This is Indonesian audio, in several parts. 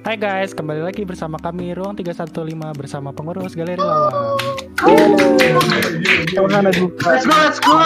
Hai guys, kembali lagi bersama kami Ruang 315 bersama pengurus Galeri Lawang. Let's go.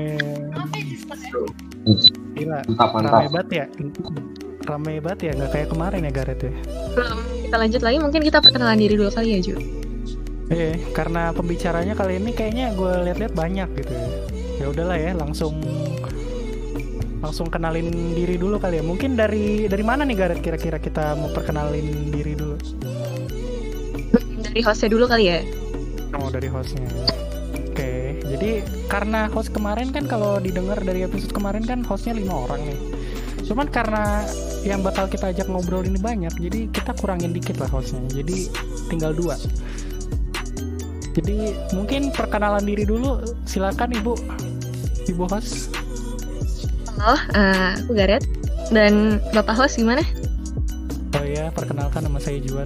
Gila, Mantap. rame banget ya. Rame banget ya, nggak kayak kemarin ya Gareth ya. Sebelum kita lanjut lagi, mungkin kita perkenalan diri dulu kali ya, Ju. Karena pembicaranya kali ini kayaknya gue lihat-lihat banyak gitu ya. Ya udahlah ya, langsung kenalin diri dulu kali ya. Mungkin dari mana nih Gareth kira-kira kita mau perkenalin diri dulu? Dari hostnya dulu kali ya. Oh, dari hostnya. Oke, jadi karena host kemarin kan kalau didengar dari episode kemarin kan hostnya 5 orang nih. Cuman karena yang bakal kita ajak ngobrol ini banyak, jadi kita kurangin dikit lah hostnya. Jadi tinggal 2. Jadi mungkin perkenalan diri dulu, silakan Ibu host. Halo, aku Gareth. Dan Bapak host gimana? Oh ya, perkenalkan nama saya Juan.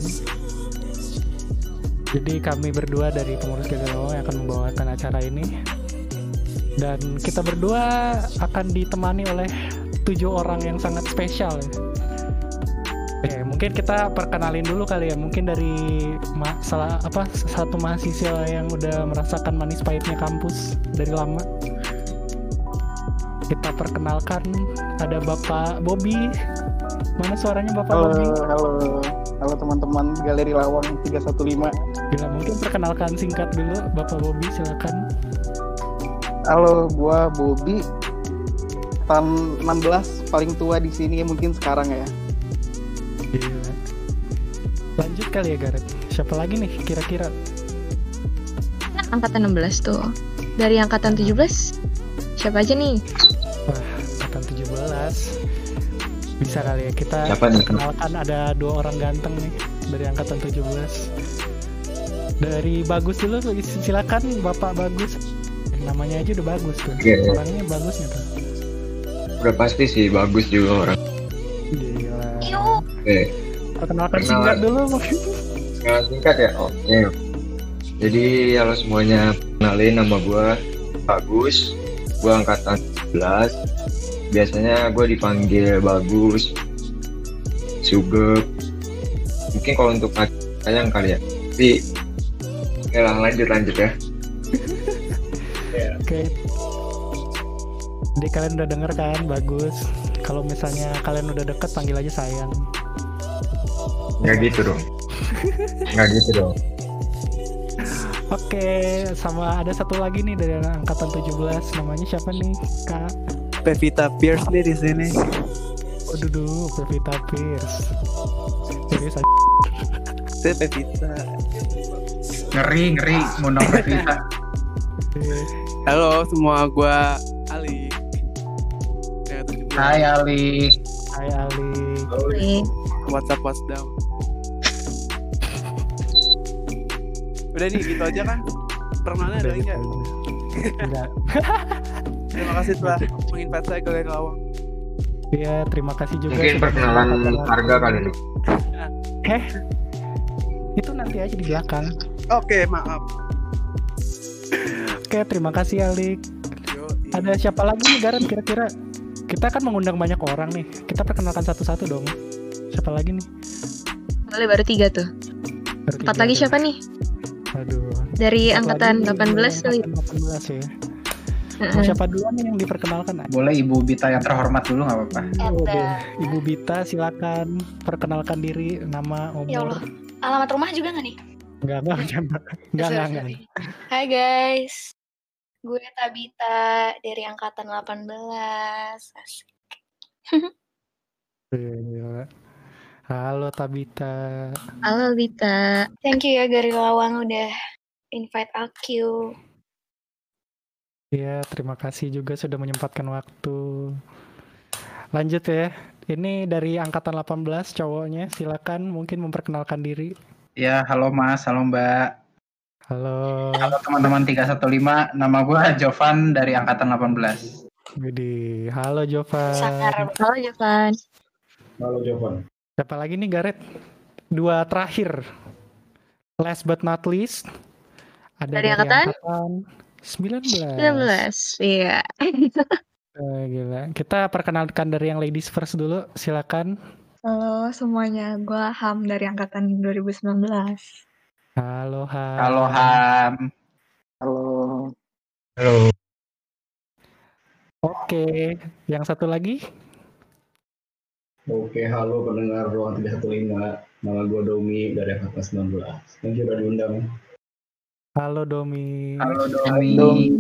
Jadi kami berdua dari pengurus Galeri Lawang yang akan membawakan acara ini. Dan kita berdua akan ditemani oleh 7 orang yang sangat spesial ya. Mungkin kita perkenalin dulu kali ya. Mungkin dari satu mahasiswa yang udah merasakan manis pahitnya kampus dari lama. Kita perkenalkan ada Bapak Bobby. Mana suaranya Bapak Bobby? Halo teman-teman Galeri Lawang 315. Gila, mungkin perkenalkan singkat dulu Bapak Bobby, silakan. Halo, gua Bobby. Tahun 16 paling tua di sini mungkin sekarang ya. Gila. Lanjut kali ya Gareth. Siapa lagi nih kira-kira? Angkatan 16 tuh. Dari angkatan 17, siapa aja nih? Wah, angkatan 17. Bisa kali ya kita kenalkan ada 2 orang ganteng nih dari angkatan 17. Dari Bagus dulu, silakan Bapak Bagus. Namanya aja udah bagus tuh. Yeah. Orangnya bagus gitu. Udah pasti sih bagus juga orang. Gila. Perkenalkan Perkenalan. singkat dulu mungkin. Sekarang singkat ya. Oke. Jadi halo semuanya, kenalin nama gue Bagus. Gue angkatan 11. Biasanya gue dipanggil Bagus, Sugep. Mungkin kalau untuk sayang kali ya. Tapi oke lah, lanjut ya. Oke. Jadi kalian udah denger kan, Bagus. Kalau misalnya kalian udah deket, panggil aja sayang. Nggak gitu dong. Oke, sama ada satu lagi nih dari angkatan 17. Namanya siapa nih, Kak? Pevita Pierce nih di sini. Waduh, Pevita Pierce. Serius aja. Saya Pevita. Ngeri ngundang Pevita. Halo semua, gua Ali. Hai Ali. Hai Ali. WhatsApp down. Udah nih gitu aja kan? Perkenalan ada enggak? Enggak. Terima kasih telah menginvite saya ke Galeri Lawang. Iya, terima kasih juga. Mungkin perkenalan harga kali ini. Itu nanti aja di belakang. Oke, maaf. Oke, terima kasih Alik. Ada siapa lagi nih Gareth kira-kira? Kita kan mengundang banyak orang nih. Kita perkenalkan satu-satu dong. Siapa lagi nih? Boleh, baru 3 tuh. 4 lagi siapa nih? Aduh. Dari angkatan 18 kali. 18 ya. Mau siapa duluan nih yang diperkenalkan? Boleh Ibu Bita yang terhormat dulu nggak apa-apa. Ibu Bita silakan perkenalkan diri, nama, umur. Ya Allah, alamat rumah juga nggak nih? Enggak. Hai guys, gue Tabita dari angkatan 18. Asik. Gila. Halo Tabita. Halo Bita. Thank you ya Galeri Lawang udah invite aku. Iya, terima kasih juga sudah menyempatkan waktu. Lanjut ya. Ini dari angkatan 18 cowoknya, silakan mungkin memperkenalkan diri. Ya, halo Mas, halo Mbak. Halo. Halo teman-teman 315, nama gue Jovan dari angkatan 18. Widih, halo Jovan. Sangar. Halo Jovan. Halo Jovan. Siapa lagi nih Gareth? 2 terakhir. Last but not least, ada Dari angkatan 19. 19. Iya. Gila. Kita perkenalkan dari yang ladies first dulu, silakan. Halo semuanya, gue Ham dari angkatan 2019. Halo, Halo Ham. Halo. Halo. Oke, yang satu lagi? Oke, halo pendengar Ruang 315. Nama gue Domi dari angkatan 19. Thank you udah diundang. Halo Domi. Halo Halo. Domi.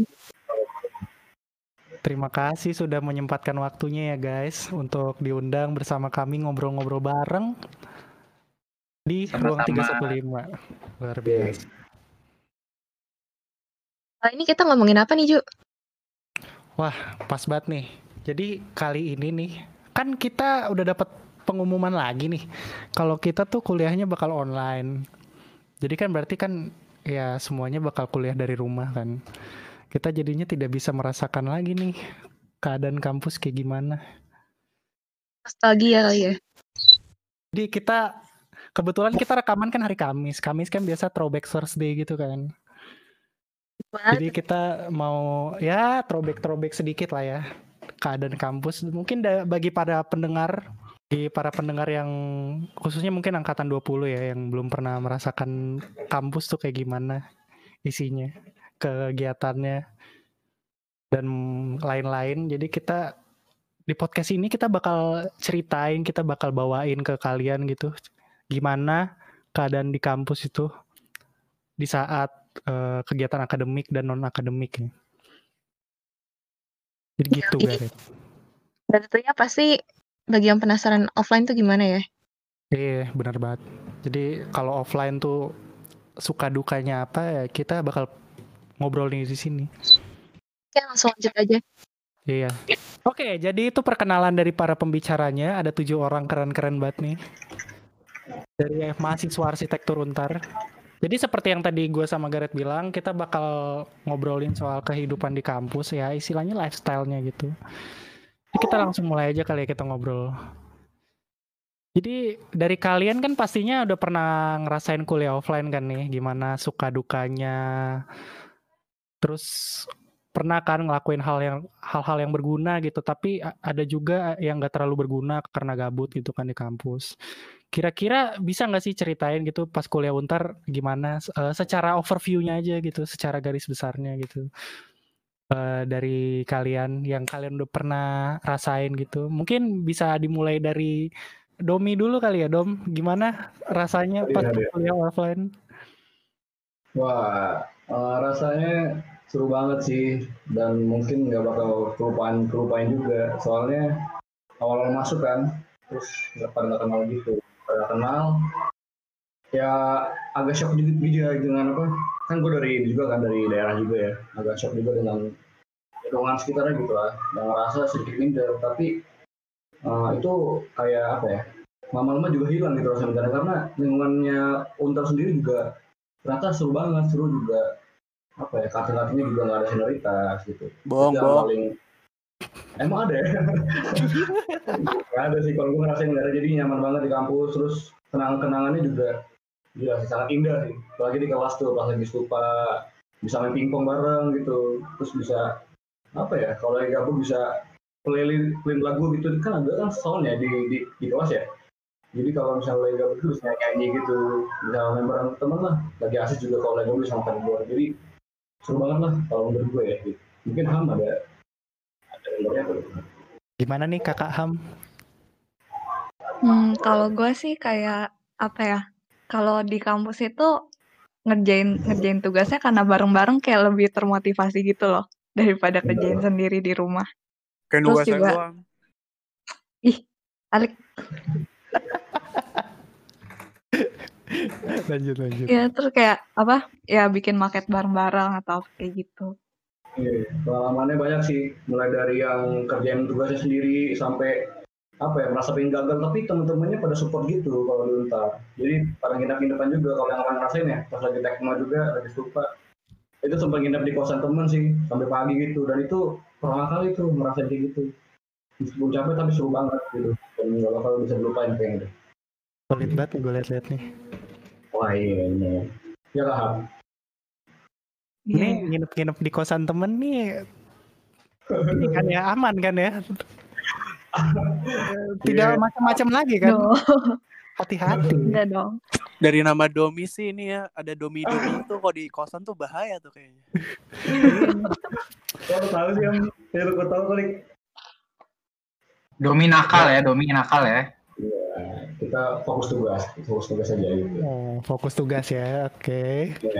Terima kasih sudah menyempatkan waktunya ya guys untuk diundang bersama kami ngobrol-ngobrol bareng di Ruang Sama-sama. 315. Luar biasa. Ini kita ngomongin apa nih, Ju? Pas banget nih. Jadi kali ini nih, kan kita udah dapat pengumuman lagi nih. Kalau kita tuh kuliahnya bakal online. Jadi kan berarti kan ya semuanya bakal kuliah dari rumah kan. Kita jadinya tidak bisa merasakan lagi nih keadaan kampus kayak gimana. Nostalgia kali ya. Jadi kebetulan kita rekaman kan hari Kamis. Kamis kan biasa throwback Thursday gitu kan. Jadi kita mau ya throwback sedikit lah ya keadaan kampus. Mungkin bagi para pendengar yang khususnya mungkin angkatan 20 ya yang belum pernah merasakan kampus tuh kayak gimana isinya, kegiatannya dan lain-lain. Jadi kita di podcast ini kita bakal ceritain, kita bakal bawain ke kalian gitu gimana keadaan di kampus itu di saat kegiatan akademik dan non akademik ya. Jadi gitu Gareth. Dan tentunya pasti bagi yang penasaran offline tuh gimana ya? Iya benar banget. Jadi kalau offline tuh suka dukanya apa ya kita bakal ngobrolin di sini. Oke, langsung lanjut aja. Iya. Oke, jadi itu perkenalan dari para pembicaranya. Ada 7 orang keren-keren banget nih. Dari mahasiswa arsitektur Untar. Jadi seperti yang tadi gue sama Gareth bilang, kita bakal ngobrolin soal kehidupan di kampus ya, istilahnya lifestyle-nya gitu. Jadi kita langsung mulai aja kali ya kita ngobrol. Jadi dari kalian kan pastinya udah pernah ngerasain kuliah offline kan nih, gimana suka dukanya. Terus pernah kan ngelakuin hal-hal yang berguna gitu, tapi ada juga yang gak terlalu berguna karena gabut gitu kan di kampus. Kira-kira bisa nggak sih ceritain gitu pas kuliah Untar gimana secara overview-nya aja gitu, secara garis besarnya gitu dari kalian yang kalian udah pernah rasain gitu. Mungkin bisa dimulai dari Domi dulu kali ya Dom. Gimana rasanya pas kuliah offline? Wah, rasanya seru banget sih dan mungkin nggak bakal kelupain juga. Soalnya awal masuk kan, terus nggak kenal gitu. Pada kenal, ya agak shock juga dengan apa? Kan gue dari daerah juga ya, agak shock juga dengan lingkungan sekitarnya gitu lah. Dan ngerasa sedikit minder, tapi itu kayak apa ya? Lama-lama juga hilang gitu rasanya karena lingkungannya Untar sendiri juga ternyata seru banget, seru juga apa ya? Kating-katingnya juga nggak ada senioritas gitu. Bohong. Emang ada ya? Gak ada sih kalau gue ngerasain nggak ada, jadi nyaman banget di kampus, terus kenangannya juga sangat indah sih, apalagi di kelas tuh pas lagi stupa bisa main pingpong bareng gitu, terus bisa apa ya kalau lagi gabut bisa playlist lagu gitu kan ada kan soundnya di kelas ya, jadi kalau misalnya lagi gabut terus nyanyi gitu bisa main bareng temen lah, lagi asik juga kalau lagi gabut sama temen gue, jadi seru banget lah kalau menurut gue ya gitu. Mungkin Ham ada membernya apa gitu. Gimana nih Kakak Ham? Kalau gue sih kayak apa ya? Kalau di kampus itu ngerjain tugasnya karena bareng-bareng kayak lebih termotivasi gitu loh daripada kerjain sendiri di rumah. Kayak Terus nugas saya juga, doang. ih, Alik, Lanjut. ya terus kayak apa? Ya bikin market bareng-bareng atau kayak gitu. Iya, pengalamannya banyak sih, mulai dari yang kerjain tugasnya sendiri sampai apa ya merasa pengen gagal, tapi teman-temannya pada support gitu kalau di Untar. Jadi pada nginep-nginepan juga kalau yang orang ngerasain ya, pas lagi tekma juga, lagi stupa, itu sempat nginep di kosan temen sih sampai pagi gitu, dan itu pertama kali tuh ngerasain kayak gitu. Meskipun capek tapi seru banget gitu, dan nggak bakal bisa lupain kayaknya. Solid banget gue liat-liat nih. Wah iya. Ya lah. Ini nginep di kosan temen nih. Ini kan ya aman kan ya? Tidak Iya. macam-macam lagi kan? No, Hati-hati. enggak dong. Dari nama Domi sih ini ya, ada Domi-Domi itu kok di kosan tuh bahaya tuh kayaknya. Kalau tahu sih yang lu tahu kali. Domi nakal ya. Iya, kita fokus tugas aja gitu. Oh, fokus tugas ya. Oke. Iya.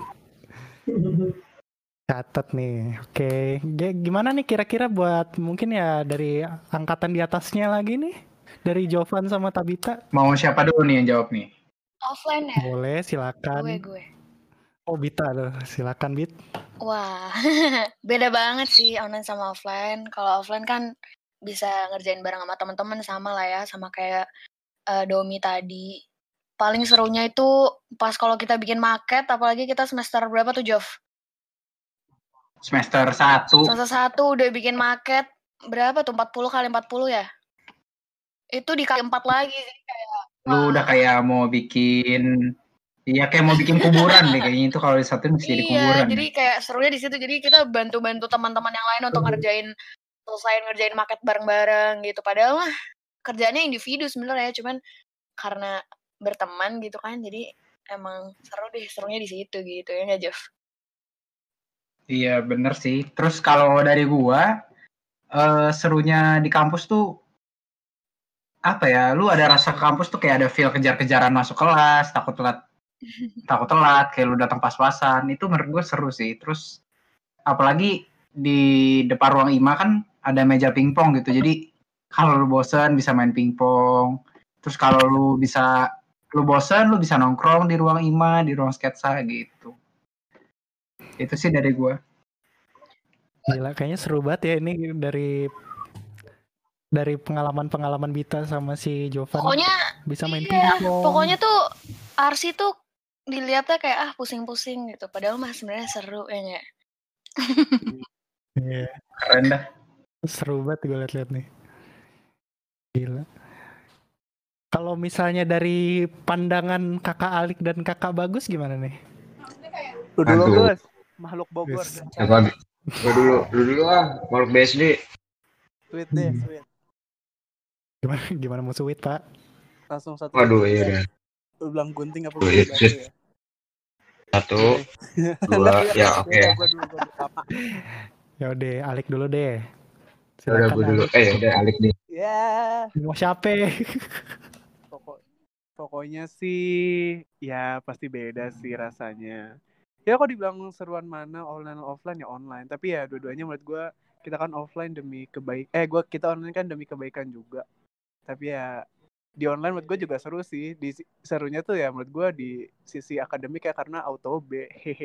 Catat nih. Oke. Gimana nih kira-kira buat mungkin ya dari angkatan di atasnya lagi nih? Dari Jovan sama Tabita. Mau siapa dulu nih yang jawab nih? Offline ya? Boleh, silakan. Gue. Oh, Bita tuh. Silakan, Bit. Wah, beda banget sih online sama offline. Kalau offline kan bisa ngerjain bareng sama teman-teman sama lah ya, sama kayak Domi tadi. Paling serunya itu pas kalau kita bikin market, apalagi kita semester berapa tuh, Jov? Semester 1. Semester 1 udah bikin market, berapa tuh? 40 kali 40 ya? Itu dikali 4 lagi sih kayak. Lu udah kayak mau bikin, iya kayak mau bikin kuburan deh kayaknya itu kalau di satu mesti jadi kuburan. Iya, jadi kayak serunya di situ. Jadi kita bantu-bantu teman-teman yang lain untuk ngerjain market bareng-bareng gitu. Padahal mah kerjaannya individu sebenarnya, cuman karena berteman gitu kan, jadi emang serunya di situ gitu ya nggak, Jeff? Iya bener sih. Terus kalau dari gua serunya di kampus tuh apa ya? Lu ada rasa ke kampus tuh kayak ada feel kejar-kejaran masuk kelas, takut telat, kayak lu datang pas-pasan. Itu menurut gua seru sih. Terus apalagi di depan ruang IMA kan ada meja pingpong gitu. Jadi kalau lu bosen bisa main pingpong. Terus kalau lu bosen lu bisa nongkrong di ruang IMA, di ruang sketsa gitu. Itu sih dari gua. Gila, kayaknya seru banget ya ini dari pengalaman Bita sama si Jovan. Pokoknya bisa main iya, pingpong. pokoknya tuh Arsi tuh dilihatnya kayak pusing-pusing gitu. Padahal mah sebenarnya seru ya nggak? Iya. Keren dah. Seru banget gue liat-liat nih. Gila. Kalau misalnya dari pandangan kakak Alik dan kakak Bagus gimana nih? Lu dulu, Aduh. Gus. Makhluk Bogor. Yes. Apa? Lu dulu ah, Mark BSD. Sweet deh, sweet. Gimana mau sweet, Pak? Langsung satu. Waduh, iya udah. Lu bilang gunting apa Sweet, batu sweet. ya? 1, 2, ya oke. Gua dulu apa? Ya udah, Alik dulu deh. Udah gue dulu. Udah Alik nih. Ya. Mau siapa? Pokoknya sih ya pasti beda sih rasanya. Ya kok dibilang seruan mana online offline ya online. Tapi ya dua-duanya menurut gue kita kan offline demi kita online kan demi kebaikan juga. Tapi ya di online menurut gue juga seru sih. Serunya tuh ya menurut gue di sisi akademik ya karena auto B.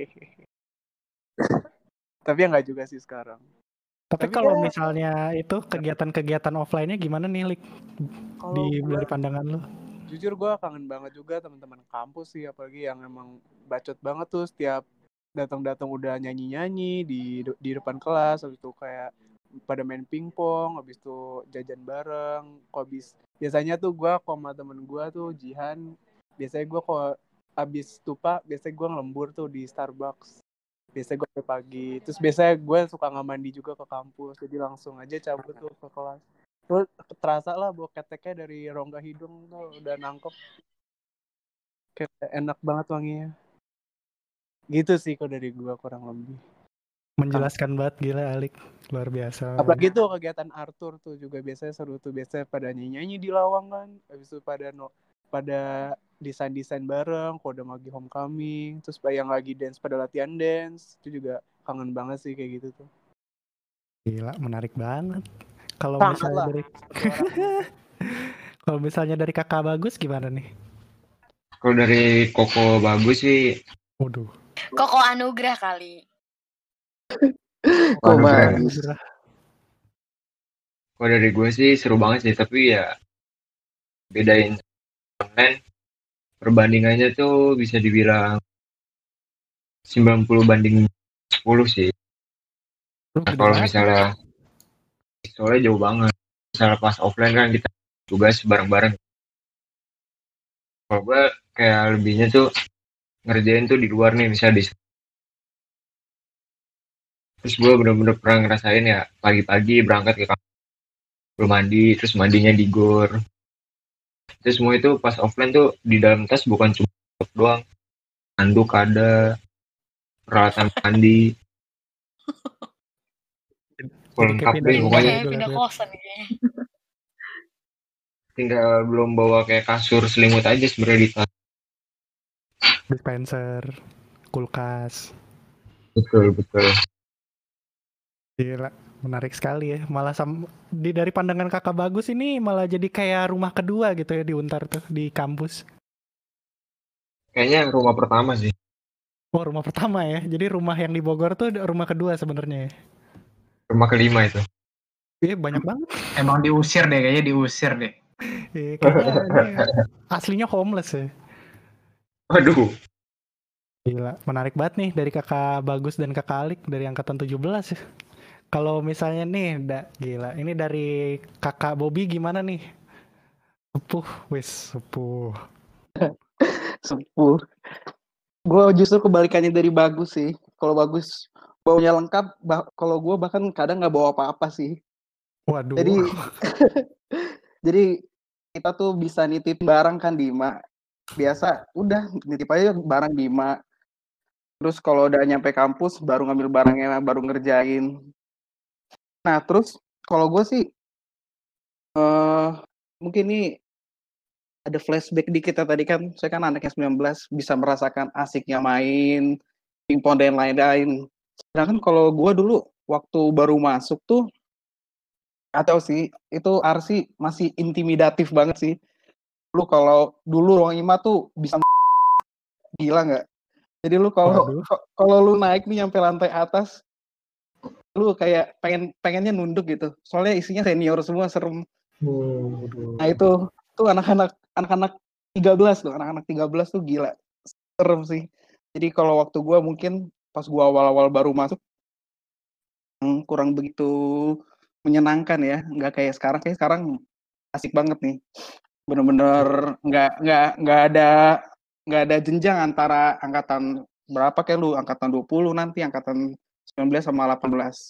Tapi ya nggak juga sih sekarang. Tapi kalau misalnya itu kegiatan-kegiatan offline-nya gimana nih, Lik? Dari pandangan lu? Jujur gue kangen banget juga teman-teman kampus sih, apalagi yang emang bacot banget tuh setiap datang-datang udah nyanyi-nyanyi di depan kelas, habis itu kayak pada main pingpong, habis itu jajan bareng. Biasanya tuh gue sama temen gue tuh Jihan, biasanya gue kalau abis tupa biasanya gue ngelembur tuh di Starbucks. Biasanya gue pagi, terus biasanya gue suka nggak mandi juga ke kampus, jadi langsung aja cabut tuh ke kelas. Terus terasa lah bau keteknya dari rongga hidung tuh udah nangkep. Kayak enak banget wanginya. Gitu sih kok dari gua kurang lebih. Menjelaskan banget gila Alik. Luar biasa. Apalagi tuh kegiatan Arthur tuh juga biasanya seru tuh. Biasanya pada nyanyi di lawang kan. Habis itu pada desain-desain bareng. Kalau udah lagi homecoming. Terus yang lagi dance pada latihan dance. Itu juga kangen banget sih kayak gitu tuh. Gila, menarik banget. Kalau misalnya dari kakak Bagus gimana nih? Kalau dari Koko Bagus sih. Waduh. Koko Anugrah kali. Koko Bagus. Kalau dari gue sih seru banget sih, tapi ya bedain online. Perbandingannya tuh bisa dibilang 90 banding 10 sih. Nah, kalau misalnya soalnya jauh banget. Misalnya pas offline kan kita tugas bareng-bareng. Kalau gue kayak lebihnya tuh ngerjain tuh di luar nih, misalnya terus gue bener-bener pernah ngerasain ya pagi-pagi berangkat ke kampus belum mandi, terus mandinya di gor. Terus semua itu pas offline tuh di dalam tas bukan cuma laptop doang, handuk ada, peralatan mandi, Jadi kayak lengkap pindah deh rumah pokoknya. gitu lah Pindah Red. kosan kayaknya. Tinggal belum bawa kayak kasur selimut aja sebenarnya di tas. Dispenser, kulkas. Betul betul. Gila, menarik sekali ya. Malah dari pandangan kakak Bagus ini malah jadi kayak rumah kedua gitu ya di Untar tuh, di kampus. Kayaknya rumah pertama sih. Oh, rumah pertama ya. Jadi rumah yang di Bogor tuh rumah kedua sebenarnya ya. Rumah kelima itu. Iya, banyak banget. Emang diusir deh, kayaknya diusir deh. Iya, kayaknya ini aslinya homeless ya. Waduh. Gila, menarik banget nih dari kakak Bagus dan kakak Alik dari angkatan 17 ya. Kalau misalnya nih, gila. Ini dari kakak Bobby gimana nih? Sepuh. Sepuh. Gue justru kebalikannya dari Bagus sih. Kalau Bagus baunya lengkap, kalau gue bahkan kadang nggak bawa apa-apa sih. Waduh. Jadi kita tuh bisa nitip barang kan di IMA. Biasa udah nitip aja barang di IMA. Terus kalau udah nyampe kampus baru ngambil barangnya, baru ngerjain. Nah terus kalau gue sih mungkin ini ada flashback dikit ya, tadi kan saya kan anaknya 19, bisa merasakan asiknya main pingpong dan lain-lain. Sedangkan kalau gue dulu waktu baru masuk tuh, atau sih itu Arsi masih intimidatif banget sih. Lu kalau dulu ruang IMA tuh bisa gila nggak? Jadi lu kalau lu naik nih sampai lantai atas, lu kayak pengennya nunduk gitu. Soalnya isinya senior semua, serem. Nah itu tuh anak-anak 13 tuh, anak-anak 13 tuh gila. Serem sih. Jadi kalau waktu gua mungkin pas gua awal-awal baru masuk kurang begitu menyenangkan ya, nggak kayak sekarang. Kayak sekarang asik banget nih. Bener-bener nggak ada jenjang antara angkatan berapa, kayak lu angkatan 20 nanti angkatan 19 sama 18.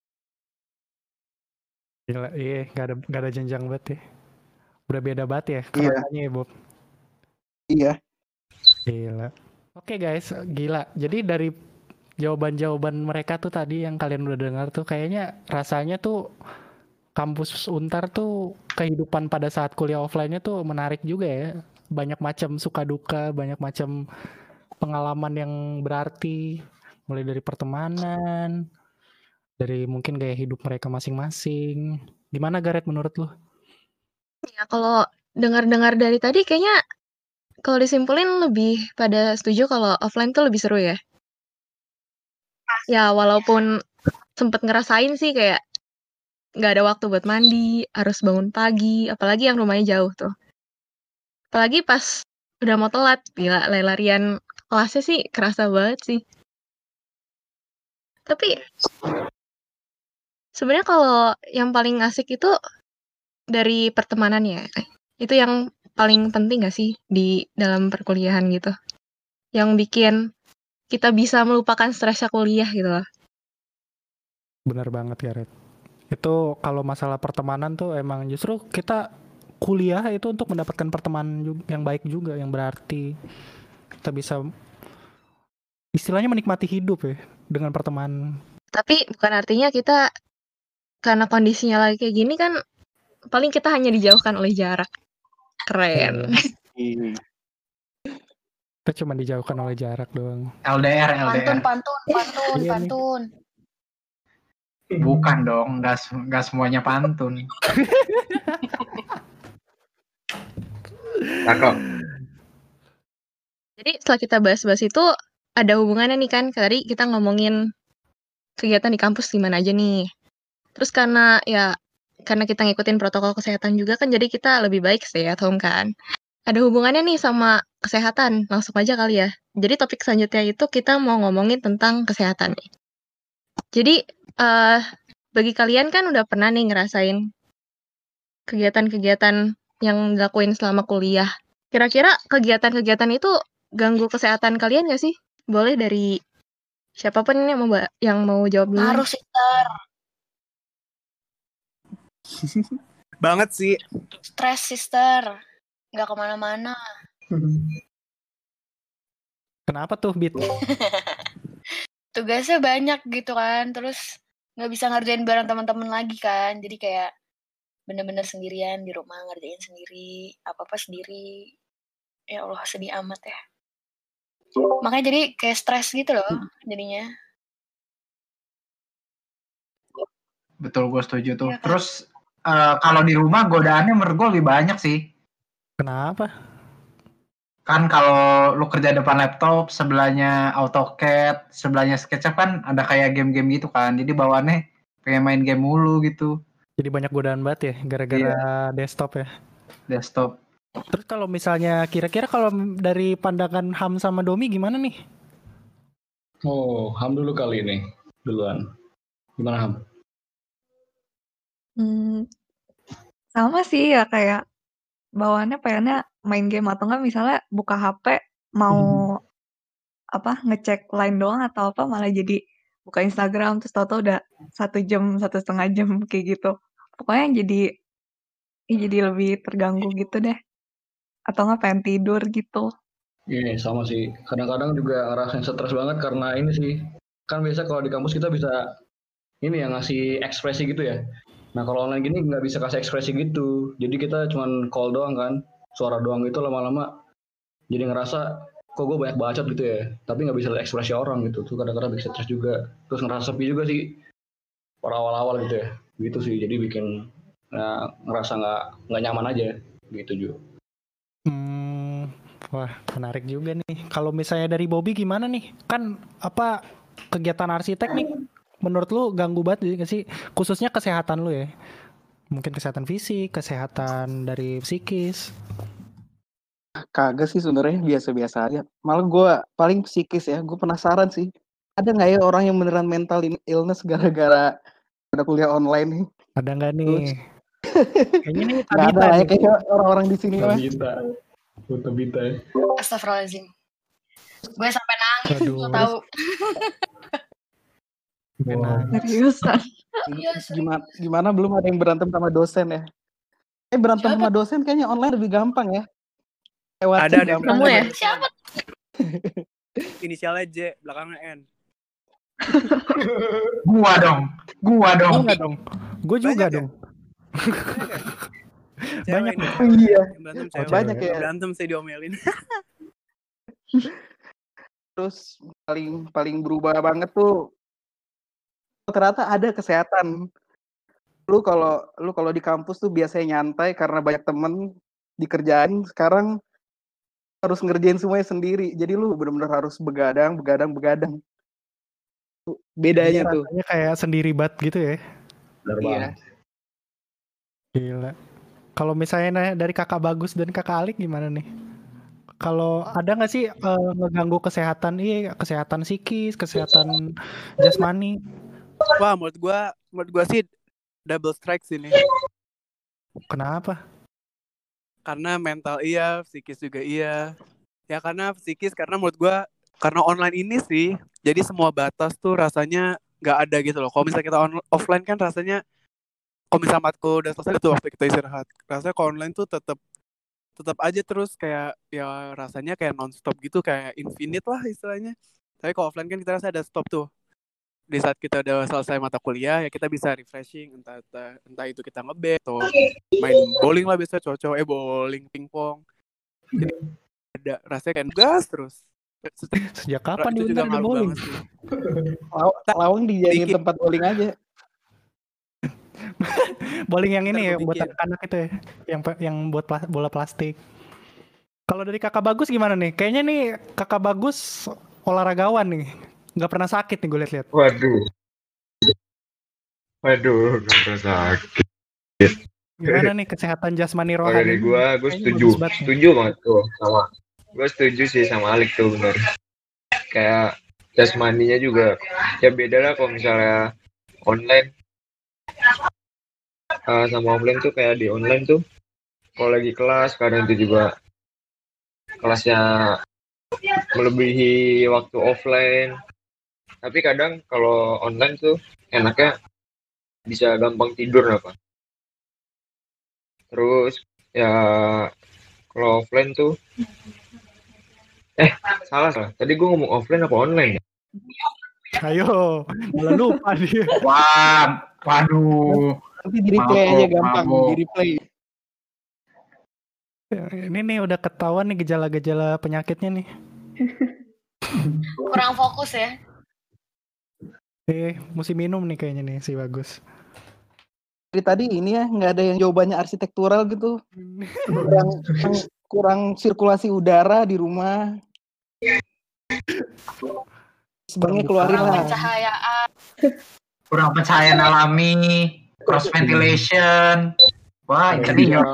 Gila, iya, nggak ada jenjang banget ya. Udah beda banget ya Iya. kerasanya ya, Bob. Iya. Gila. Oke guys, gila. Jadi dari jawaban-jawaban mereka tuh tadi yang kalian udah dengar tuh kayaknya rasanya tuh kampus Untar tuh kehidupan pada saat kuliah offline-nya tuh menarik juga ya. Banyak macam suka duka, banyak macam pengalaman yang berarti, mulai dari pertemanan, dari mungkin gaya hidup mereka masing-masing. Gimana Gareth menurut lu? Ya kalau dengar-dengar dari tadi kayaknya kalau disimpulin lebih pada setuju kalau offline tuh lebih seru ya. Ya walaupun sempet ngerasain sih kayak nggak ada waktu buat mandi, harus bangun pagi, apalagi yang rumahnya jauh tuh. Apalagi pas udah mau telat, gila lari-larian kelasnya sih kerasa banget sih. Tapi sebenarnya kalau yang paling asik itu dari pertemanannya. Itu yang paling penting gak sih di dalam perkuliahan gitu? Yang bikin kita bisa melupakan stresnya kuliah gitu loh. Benar banget Gareth. Itu kalau masalah pertemanan tuh emang justru kita kuliah itu untuk mendapatkan pertemanan yang baik juga, yang berarti. Kita bisa istilahnya menikmati hidup ya dengan pertemanan. Tapi bukan artinya kita karena kondisinya lagi kayak gini kan paling kita hanya dijauhkan oleh jarak. Keren. Kita cuma dijauhkan oleh jarak doang. LDR. Pantun. Bukan dong, nggak semuanya pantun. Cakep. Jadi setelah kita bahas-bahas itu ada hubungannya nih kan. Tadi kita ngomongin kegiatan di kampus gimana aja nih. Terus karena kita ngikutin protokol kesehatan juga kan, jadi kita lebih baik stay at home kan. Ada hubungannya nih sama kesehatan, langsung aja kali ya. Jadi topik selanjutnya itu kita mau ngomongin tentang kesehatan nih. Jadi bagi kalian kan udah pernah nih ngerasain kegiatan-kegiatan yang dilakuin selama kuliah. Kira-kira kegiatan-kegiatan itu ganggu kesehatan kalian gak sih? Boleh dari siapapun ini yang mau jawab dulu. Harus sih, Tar. Banget sih. Stres, sister. Nggak kemana-mana. Kenapa tuh, Bit? Tugasnya banyak gitu kan. Terus nggak bisa ngerjain bareng teman-teman lagi kan. Jadi kayak bener-bener sendirian di rumah ngerjain sendiri. Apa-apa sendiri. Ya Allah, sedih amat ya. Makanya jadi kayak stres gitu loh jadinya. Betul, gue setuju tuh. Iya kan? Terus kalau di rumah godaannya menurut gue lebih banyak sih. Kenapa? Kan kalau lu kerja depan laptop, sebelahnya AutoCAD, sebelahnya SketchUp kan ada kayak game-game gitu kan. Jadi bawaannya pengen main game mulu gitu, Jadi banyak godaan banget ya gara-gara desktop ya. desktop. Terus kalau misalnya kira-kira kalau dari pandangan Ham sama Domi gimana nih? Oh, Ham dulu kali ini. Duluan. Gimana Ham? Sama sih ya kayak bawaannya pengennya main game atau enggak misalnya buka HP mau ngecek line doang atau apa malah jadi buka Instagram terus tahu-tahu udah 1 jam 1,5 jam kayak gitu. Pokoknya jadi lebih terganggu gitu deh. Atau enggak pengen tidur gitu. Iya, sama sih. Kadang-kadang juga ngerasain stres banget karena ini sih. Kan biasa kalau di kampus kita bisa ini ya ngasih ekspresi gitu ya. Nah kalau online gini nggak bisa kasih ekspresi gitu. Jadi kita cuman call doang kan. Suara doang itu lama-lama jadi ngerasa kok gue banyak bacot gitu ya. Tapi nggak bisa lihat ekspresi orang gitu. Tuh kadang-kadang bikin stres juga. Terus ngerasa sepi juga sih. Pada awal-awal gitu ya. Gitu sih. Jadi bikin ngerasa nggak nyaman aja. Gitu juga. Wah, menarik juga nih. Kalau misalnya dari Bobby gimana nih? Kan kegiatan arsitek nih menurut lu ganggu banget nggak sih? Khususnya kesehatan lu ya. Mungkin kesehatan fisik, kesehatan dari psikis. Kagak sih sebenarnya, biasa-biasa aja. Malah gue paling psikis ya. Gue penasaran sih. Ada nggak ya orang yang beneran mental illness gara-gara udah kuliah online nih? Ada nggak nih? Terus Kayaknya nih nggak ada lah ya kayaknya orang-orang di sini mah. Bita. Astagfirullahaladzim. Gue sampai nangis Aduh. lo tahu. Seriusan. Gimana belum ada yang berantem sama dosen ya? Berantem sama dosen kayaknya online lebih gampang ya. Lewat Ada gampang Kamu ya? Siapa? Inisialnya J, belakangnya N. Gua dong. Enggak dong. Gue juga dong. Banyak nih. Iya. Berantem cewek. Banyak ya. Berantem saya diomelin. Terus paling berubah banget tuh ternyata ada kesehatan. Lu kalau di kampus tuh biasanya nyantai karena banyak temen dikerjain, sekarang harus ngerjain semuanya sendiri. Jadi lu benar-benar harus begadang. Bedanya tuh. Rasanya kayak sendiri banget gitu ya. Iya. Gila. Kalau misalnya dari kakak Bagus dan kakak Alik gimana nih? Kalau ada nggak sih ngeganggu kesehatan psikis, kesehatan jasmani? Wah, menurut gua sih double strike sini. Kenapa? Karena mental iya, psikis juga iya. Ya karena psikis karena menurut gua karena online ini sih, jadi semua batas tuh rasanya nggak ada gitu loh. Kalau misalnya kita offline kan rasanya, kalau misalnya matkul udah selesai tuh waktu kita istirahat, rasanya kalau online tuh tetap aja terus kayak ya rasanya kayak non-stop gitu, kayak infinite lah istilahnya. Tapi kalau offline kan kita rasa ada stop tuh. Di saat kita udah selesai mata kuliah ya kita bisa refreshing, entah itu kita ngebet atau main bowling lah, biasa cowok-cowok bowling, pingpong. Jadi ada rasanya kayak gas terus. Sejak kapan itu juga ngaruh bowling? banget sih. Lawang dijadiin tempat bowling aja. Bowling yang ini ya buat anak-anak itu ya, yang buat bola plastik. Kalau dari kakak Bagus gimana nih? Kayaknya nih kakak Bagus olahragawan nih, nggak pernah sakit nih gue lihat. Waduh, nggak pernah sakit. Gimana nih kesehatan jasmani rohani? Dari gue setuju banget tuh sama. Gue setuju sih sama Alik tuh, bener. Kayak jasmaninya juga ya beda lah kalau misalnya online sama offline tuh. Kayak di online tuh kalau lagi kelas kadang itu juga kelasnya melebihi waktu offline, tapi kadang kalau online tuh enaknya bisa gampang tidur apa. Terus ya kalau offline tuh salah. Tadi gue ngomong offline apa online ya? Ayo, malah lupa dia. Wah, waduh. Nanti di replay aja Mabuk, gampang, mabuk. di replay. Ini nih udah ketahuan nih gejala-gejala penyakitnya nih. Kurang fokus ya. Mesti minum nih kayaknya nih si Bagus. Dari tadi ini ya nggak ada yang jawabannya arsitektural gitu. kurang sirkulasi udara di rumah. Sebenarnya keluarin Kurang lah. pencahayaan. Kurang pencahayaan alami, cross ventilation. Wah, interior.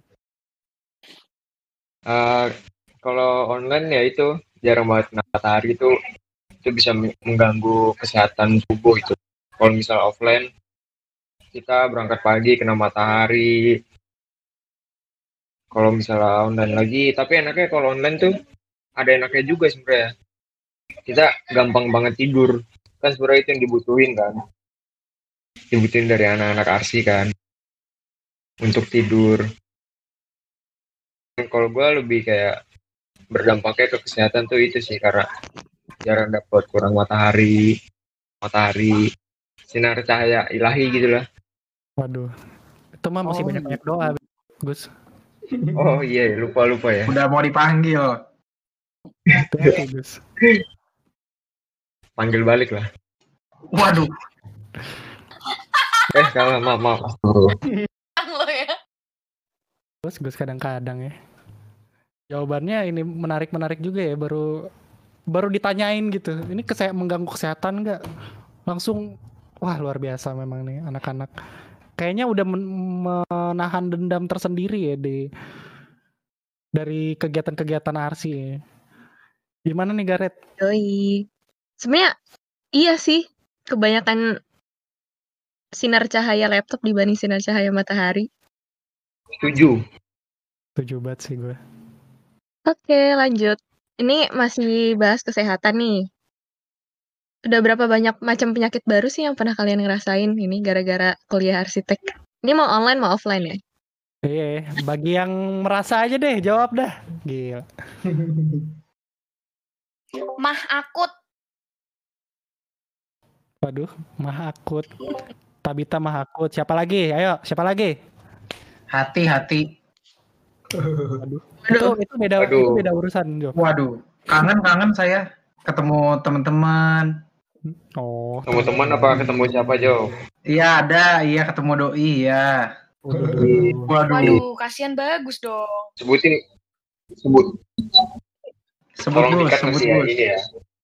Kalau online ya itu jarang banget kena matahari itu bisa mengganggu kesehatan tubuh itu. Kalau misal offline kita berangkat pagi kena matahari. Kalau misalnya online lagi, tapi enaknya kalau online tuh ada enaknya juga sebenarnya. Kita gampang banget tidur. Kan sebenarnya itu yang dibutuhin kan. Dibutuhin dari anak-anak arsi kan. Untuk tidur. Kalau gue lebih kayak berdampaknya ke kesehatan tuh itu sih karena jarang dapat kurang matahari sinar cahaya ilahi gitu lah. Waduh, itu mah masih banyak-banyak doa, Gus. Oh iya, lupa ya. Udah mau dipanggil. Hati-hati, Gus. Panggil balik lah. Waduh. Salah, maaf. Lo ya. Gus kadang-kadang ya. Jawabannya ini menarik juga ya, baru ditanyain gitu. Ini mengganggu kesehatan nggak? Langsung, wah luar biasa memang nih anak-anak. Kayaknya udah menahan dendam tersendiri ya dari kegiatan-kegiatan arsi ya. Gimana nih Garet? Yoi. Sebenarnya iya sih, kebanyakan sinar cahaya laptop dibanding sinar cahaya matahari. Setuju banget sih gue. Oke, lanjut. Ini masih bahas kesehatan nih. Udah berapa banyak macam penyakit baru sih yang pernah kalian ngerasain ini gara-gara kuliah arsitek? Ini mau online mau offline ya? Iya, bagi yang merasa aja deh, jawab dah. Gila. Mah akut. Waduh, mah akut. Tabita mah akut. Siapa lagi? Ayo, siapa lagi? Hati. Waduh. Itu beda urusan, Jo. Waduh, kangen saya ketemu teman-teman. Oh, ketemu teman apa ketemu siapa Jo? Iya ada, ketemu doi ya. Waduh, kasihan Bagus dong. Sebut Bos. Ini ya.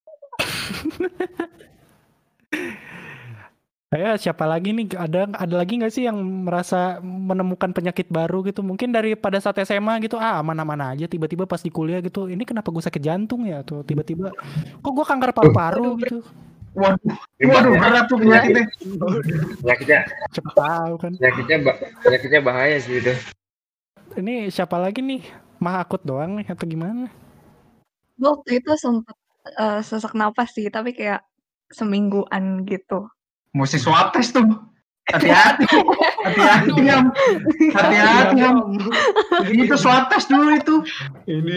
Ayo, siapa lagi nih? Ada lagi nggak sih yang merasa menemukan penyakit baru gitu? Mungkin pada saat SMA gitu, aman-aman aja. Tiba-tiba pas di kuliah gitu, ini kenapa gue sakit jantung ya? Atau tiba-tiba, kok gue kanker paru-paru gitu? Waduh, berat tuh penyakitnya. Cepet tahu kan? Penyakitnya bahaya sih itu. Ini siapa lagi nih? Mah akut doang nih atau gimana? Waktu itu sempat sesak napas sih, tapi kayak semingguan gitu. Mesti swab test tuh. Hati-hati Am. Itu swab test dulu itu. Ini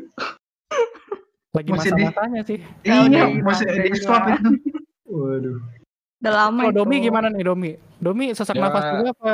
Lagi masa-masanya sih. Iya, mesti di swab itu. waduh. Udah lama Kalau itu. Domi gimana nih Domi? Domi sesak nafas juga apa?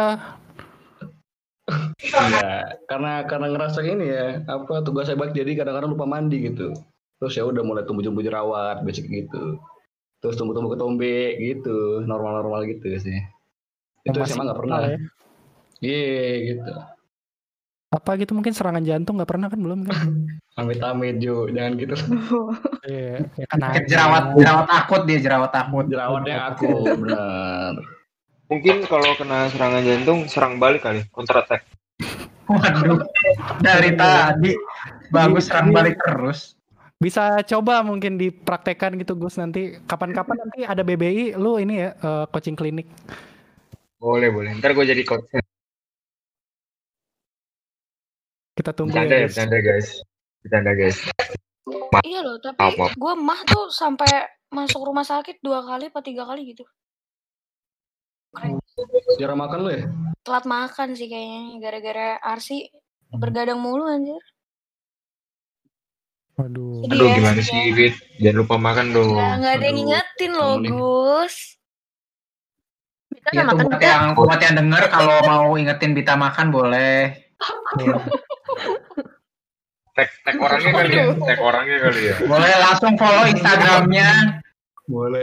Iya, karena ngerasa ini ya, tugas saya banyak jadi kadang-kadang lupa mandi gitu. Terus ya udah mulai tumbuh jerawat, basic gitu. Terus tumbuh ketombe gitu, normal gitu sih. Itu SMA nggak pernah. Iya gitu. Apa gitu mungkin serangan jantung nggak pernah kan belum kan? Amit-amit Jo, jangan gitu. Iya, ya kan jerawat akut dia, Jerawatnya aku benar. Mungkin kalau kena serangan jantung serang balik kali, counter attack. Waduh, dari tadi Bagus serang balik terus. Bisa coba mungkin dipraktekkan gitu Gus, nanti kapan-kapan nanti ada BBI lu ini ya coaching klinik. Boleh. Ntar gue jadi coach. Kita tunggu Bercanda guys. Iya loh, tapi gue mah tuh sampai masuk rumah sakit 2 kali atau 3 kali gitu. Jarang makan lu ya? telat makan sih kayaknya gara-gara Arsi bergadang mulu anjir. Waduh. Sedih Aduh ya, gimana sedih sih ya. Wit, jangan lupa makan dong. Nggak ada yang Aduh, ngingetin loh, kamu nih. Gus. Bita Ya nggak tuh makan buat Bita? yang denger kalau mau ingetin Bita makan boleh. Ya. Tag orangnya kali ya, tag orangnya kali ya. Boleh langsung follow Instagramnya. Boleh.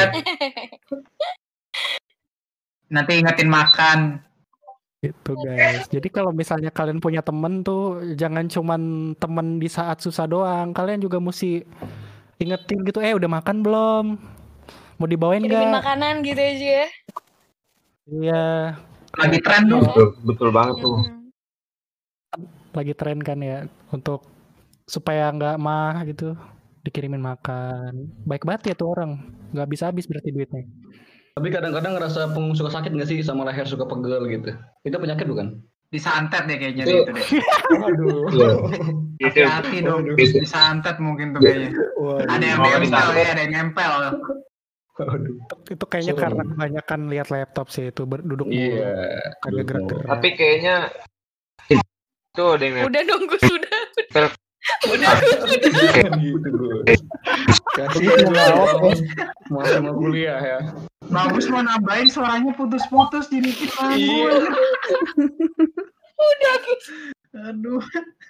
Nanti ingetin makan. Gitu guys. Jadi kalau misalnya kalian punya temen tuh jangan cuman temen di saat susah doang. Kalian juga mesti ingetin gitu. Udah makan belum? Mau dibawain Kirimin nggak? makanan gitu aja ya. Iya. Lagi tren tuh. Betul banget tuh. Lagi tren kan ya untuk supaya nggak mah gitu dikirimin makan. Baik banget ya tuh orang. Nggak habis-habis berarti duitnya. Tapi kadang-kadang ngerasa punggung suka sakit nggak sih sama leher suka pegel gitu? Itu penyakit bukan? Disantet deh kayaknya Itu- itu deh. Waduh. Itu Hati-hati dong. Itu. Disantet mungkin tuh kayaknya. Ada yang Oh, nempel disantet. ya, ada yang nempel. Waduh. Itu kayaknya Serem. karena kebanyakan lihat laptop sih itu duduk mulu. Iya. Kagak gerak-gerak. Tapi kayaknya itu ada yang Udah dong Gus, udah. Udah Gus, udah. Gitu gue. Kasih masih mau kuliah ya. Bagus mau nambahin suaranya putus-putus jadi dikit lagu. Iya. Udah Gus. Aduh.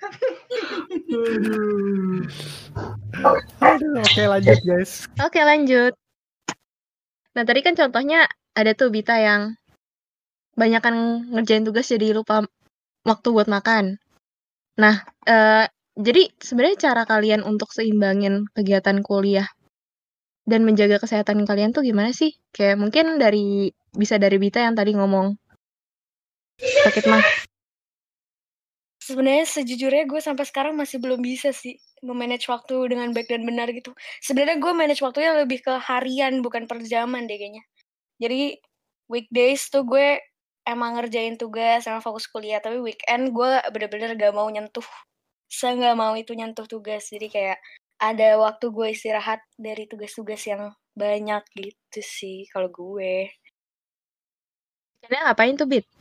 Aduh, oke lanjut guys. Oke, lanjut. Nah, tadi kan contohnya ada tuh Bita yang banyakan ngerjain tugas jadi lupa waktu buat makan. Nah, jadi sebenarnya cara kalian untuk seimbangin kegiatan kuliah dan menjaga kesehatan kalian tuh gimana sih? Kayak mungkin bisa dari Bita yang tadi ngomong sakit mah. Sebenarnya sejujurnya gue sampai sekarang masih belum bisa sih memanage waktu dengan baik dan benar gitu. Sebenarnya gue manage waktunya lebih ke harian bukan per jaman deh kayaknya. Jadi weekdays tuh gue emang ngerjain tugas sama fokus kuliah, tapi weekend gue bener-bener gak mau nyentuh. Nggak mau itu nyentuh tugas. Jadi kayak ada waktu gue istirahat dari tugas-tugas yang banyak gitu sih kalau gue. Kalian ngapain tuh, Bit?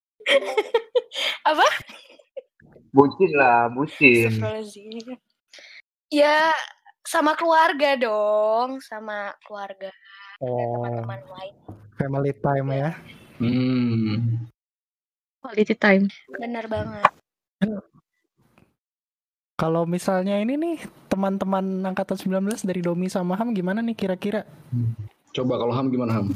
Apa? bucin lah, bucin. Astagfirullahaladzim. Ya sama keluarga dong, sama keluarga dan teman-teman lain. Family time ya. Quality time. Bener banget. Kalau misalnya ini nih teman-teman angkatan 19 dari Domi sama Ham gimana nih kira-kira? Coba kalau Ham gimana Ham?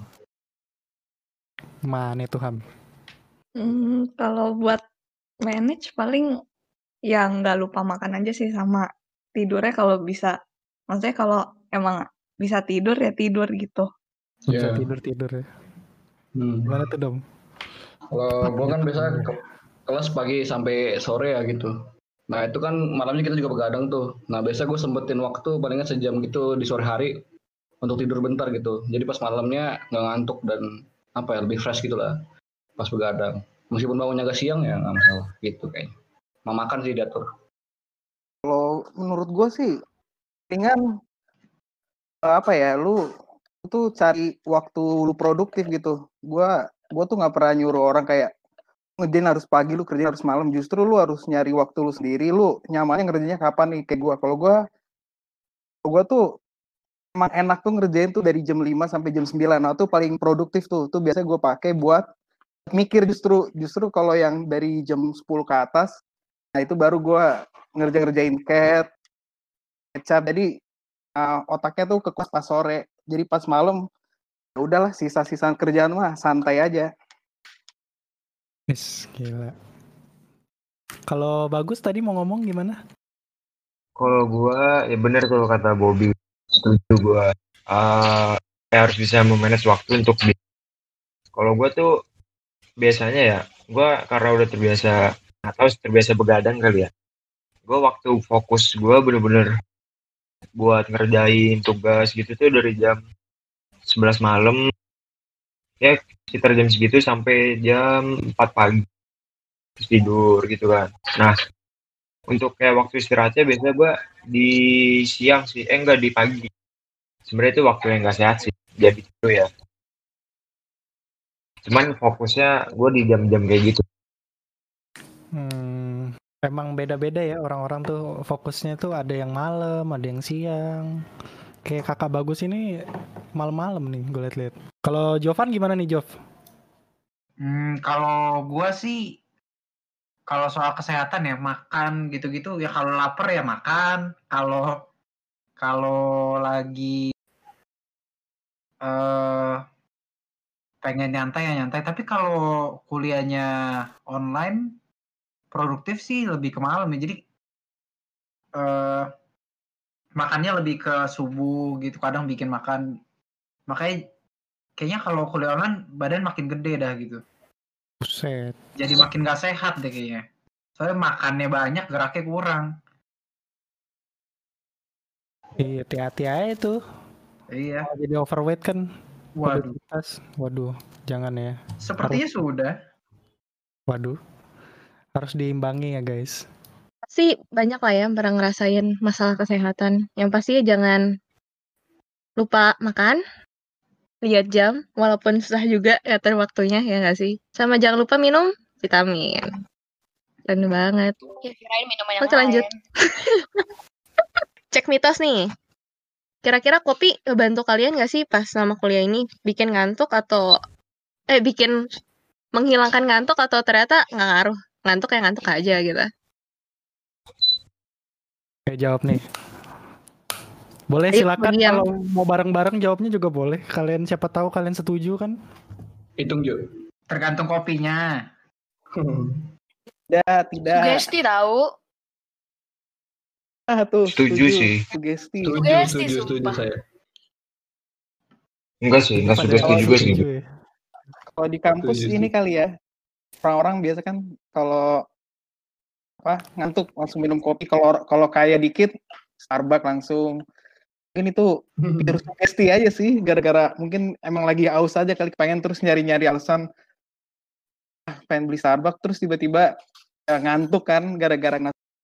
Mana itu Ham? Kalau buat manage paling ya nggak lupa makan aja sih sama tidurnya kalau bisa. Maksudnya kalau emang bisa tidur ya tidur gitu. Bisa Ya. tidur ya. Gimana tuh Dom? Kalau gue kan biasa ke kelas pagi sampai sore ya gitu. Nah itu kan malamnya kita juga begadang tuh. Nah biasa gue sempetin waktu palingan sejam gitu di sore hari untuk tidur bentar gitu. Jadi pas malamnya nggak ngantuk dan lebih fresh gitu lah pas begadang. Meskipun bangunnya agak siang ya nggak masalah gitu kayaknya. Mau makan sih diatur. Kalau menurut gue sih, ringan lu tuh cari waktu lu produktif gitu. Gua tuh nggak pernah nyuruh orang kayak ngerjain harus pagi, lu kerjain harus malam. Justru lu harus nyari waktu lu sendiri. Lu nyamannya ngerjainnya kapan nih? Kayak gua. Kalau gua tuh emang enak tuh ngerjain tuh dari jam 5 sampai jam 9. Nah, tuh paling produktif tuh. Tuh biasanya gua pakai buat mikir justru kalau yang dari jam 10 ke atas, nah itu baru gua ngerjain kecap. Jadi otaknya tuh kekuas pas sore. Jadi pas malam ya udahlah sisa-sisa kerjaan mah santai aja. Gila. Kalau Bagus tadi mau ngomong gimana? Kalau gua ya bener tuh kata Bobby, setuju gua. Harus bisa memanage waktu untuk kalau gua tuh biasanya ya, gua karena udah terbiasa begadang kali ya. Gua waktu fokus gua bener-bener buat ngerjain tugas gitu tuh dari jam 11 malam ya sekitar jam segitu sampai jam 4 pagi terus tidur gitu kan. Nah untuk kayak waktu istirahatnya biasanya gue di siang sih, enggak di pagi. Sebenarnya itu waktu yang nggak sehat sih, jadi itu ya. Cuman fokusnya gue di jam-jam kayak gitu. Emang beda-beda ya orang-orang tuh fokusnya tuh ada yang malam, ada yang siang. Kayak kakak Bagus ini malam-malam nih gue liat-liat. Kalau Jovan gimana nih Jov? Kalau gua sih, kalau soal kesehatan ya makan gitu-gitu ya, kalau lapar ya makan, kalau lagi pengen nyantai ya nyantai. Tapi kalau kuliahnya online produktif sih lebih ke malam ya. Jadi makannya lebih ke subuh gitu, kadang bikin makan. Makanya kayaknya kalau kuliah online badan makin gede dah gitu. Buset. Jadi makin gak sehat deh kayaknya. Soalnya makannya banyak, geraknya kurang. Iya, hati-hati aja tuh. Iya. Kalau jadi overweight kan. Waduh. Obesitas. Waduh, jangan ya. Sepertinya sudah. Waduh. Harus diimbangi ya guys. Pasti banyak lah ya yang pernah ngerasain masalah kesehatan. Yang pasti jangan lupa makan, lihat jam, walaupun susah juga ngatur waktunya, ya nggak sih? Sama jangan lupa minum vitamin. Keren banget. Ya kirain minuman yang Oke, lanjut. lain. Cek mitos nih. Kira-kira kopi ngebantu kalian nggak sih pas selama kuliah ini? Bikin ngantuk atau bikin menghilangkan ngantuk atau ternyata nggak ngaruh? Ngantuk ya ngantuk aja gitu. Oke, jawab nih. Boleh Ayo, silakan bagi yang- kalau mau bareng-bareng jawabnya juga boleh. Kalian siapa tahu kalian setuju kan? Hitung Jo. Tergantung kopinya. Tidak. Sugesti tahu. Tuh. Setuju sih. Sugesti. Sugesti, Setuju sumpah. saya. Enggak sih, enggak Pada sugesti juga sih. setuju ya. Kalau di kampus Setuju, ini kali ya, orang-orang biasa kan kalau ngantuk langsung minum kopi. Kalau kaya dikit Starbucks langsung. Mungkin itu virus sugesti aja sih, gara-gara mungkin emang lagi aus aja kali, pengen terus nyari-nyari alasan pengen beli Starbucks, terus tiba-tiba ngantuk kan gara-gara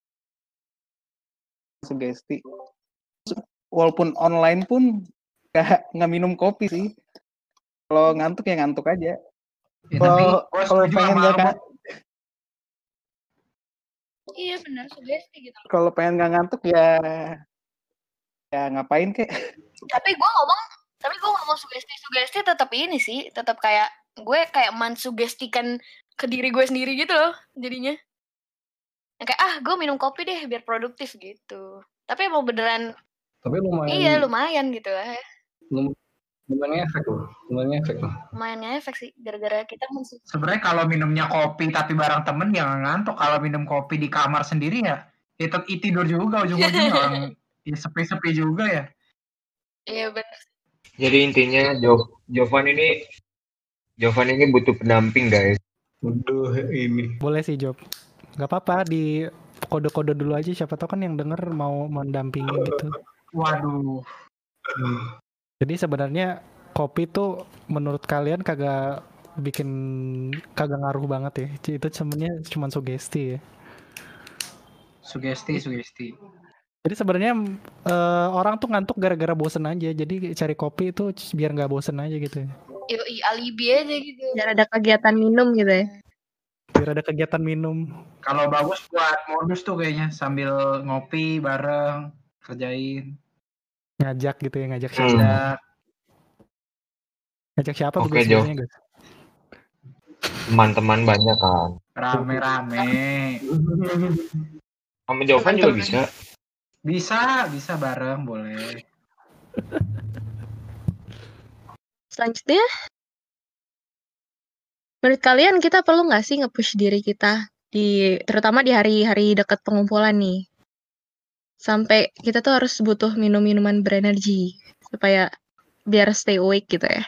sugesti. Walaupun online pun nggak minum kopi sih. Kalau ngantuk ya ngantuk aja. Ya, tapi gua Kalau setuju pengen sama nggak lu. kan, Iya benar, sugesti gitu. kalau pengen nggak ngantuk ya ngapain kek? Tapi gue ngomong sugesti tetap ini sih, tetap kayak gue kayak mensugestikan ke diri gue sendiri gitu loh jadinya. Yang kayak gue minum kopi deh biar produktif gitu. Tapi emang beneran Tapi lumayan. iya lumayan gitu lah. Lumayan efek loh. Lumayan efek sih gara-gara kita Sebenarnya kalau minumnya kopi tapi bareng temen ya nggak ngantuk. Kalau minum kopi di kamar sendiri ya tidur juga ujung-ujungnya. Orang ya sepi-sepi juga ya. Iya benar. Jadi intinya Jovan ini butuh pendamping guys. Waduh, ini. Boleh sih Job. Gak apa-apa, di kode-kode dulu aja, siapa tahu kan yang denger mau mendampingi gitu. Waduh. Jadi sebenarnya kopi tuh menurut kalian kagak ngaruh banget ya. Itu sebenarnya cuma sugesti ya. Sugesti. Jadi sebenarnya orang tuh ngantuk gara-gara bosen aja. Jadi cari kopi itu biar nggak bosen aja gitu. Yoi, alibi aja gitu. Biar ada kegiatan minum gitu ya. Biar ada kegiatan minum. Kalau bagus buat modus tuh kayaknya sambil ngopi bareng kerjain. Ngajak gitu ya, ngajak Hmm. siapa? Ngajak siapa tuh Oke, biasanya guys? Teman-teman banyak kan. Rame-rame. Sama Jovan juga bisa. Bisa bareng boleh. Selanjutnya, menurut kalian kita perlu nggak sih nge-push diri kita terutama di hari-hari dekat pengumpulan nih, sampai kita tuh harus butuh minum-minuman berenergi supaya biar stay awake gitu ya?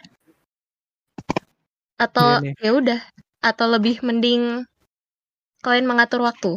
Atau Iya nih. ya udah, atau lebih mending kalian mengatur waktu?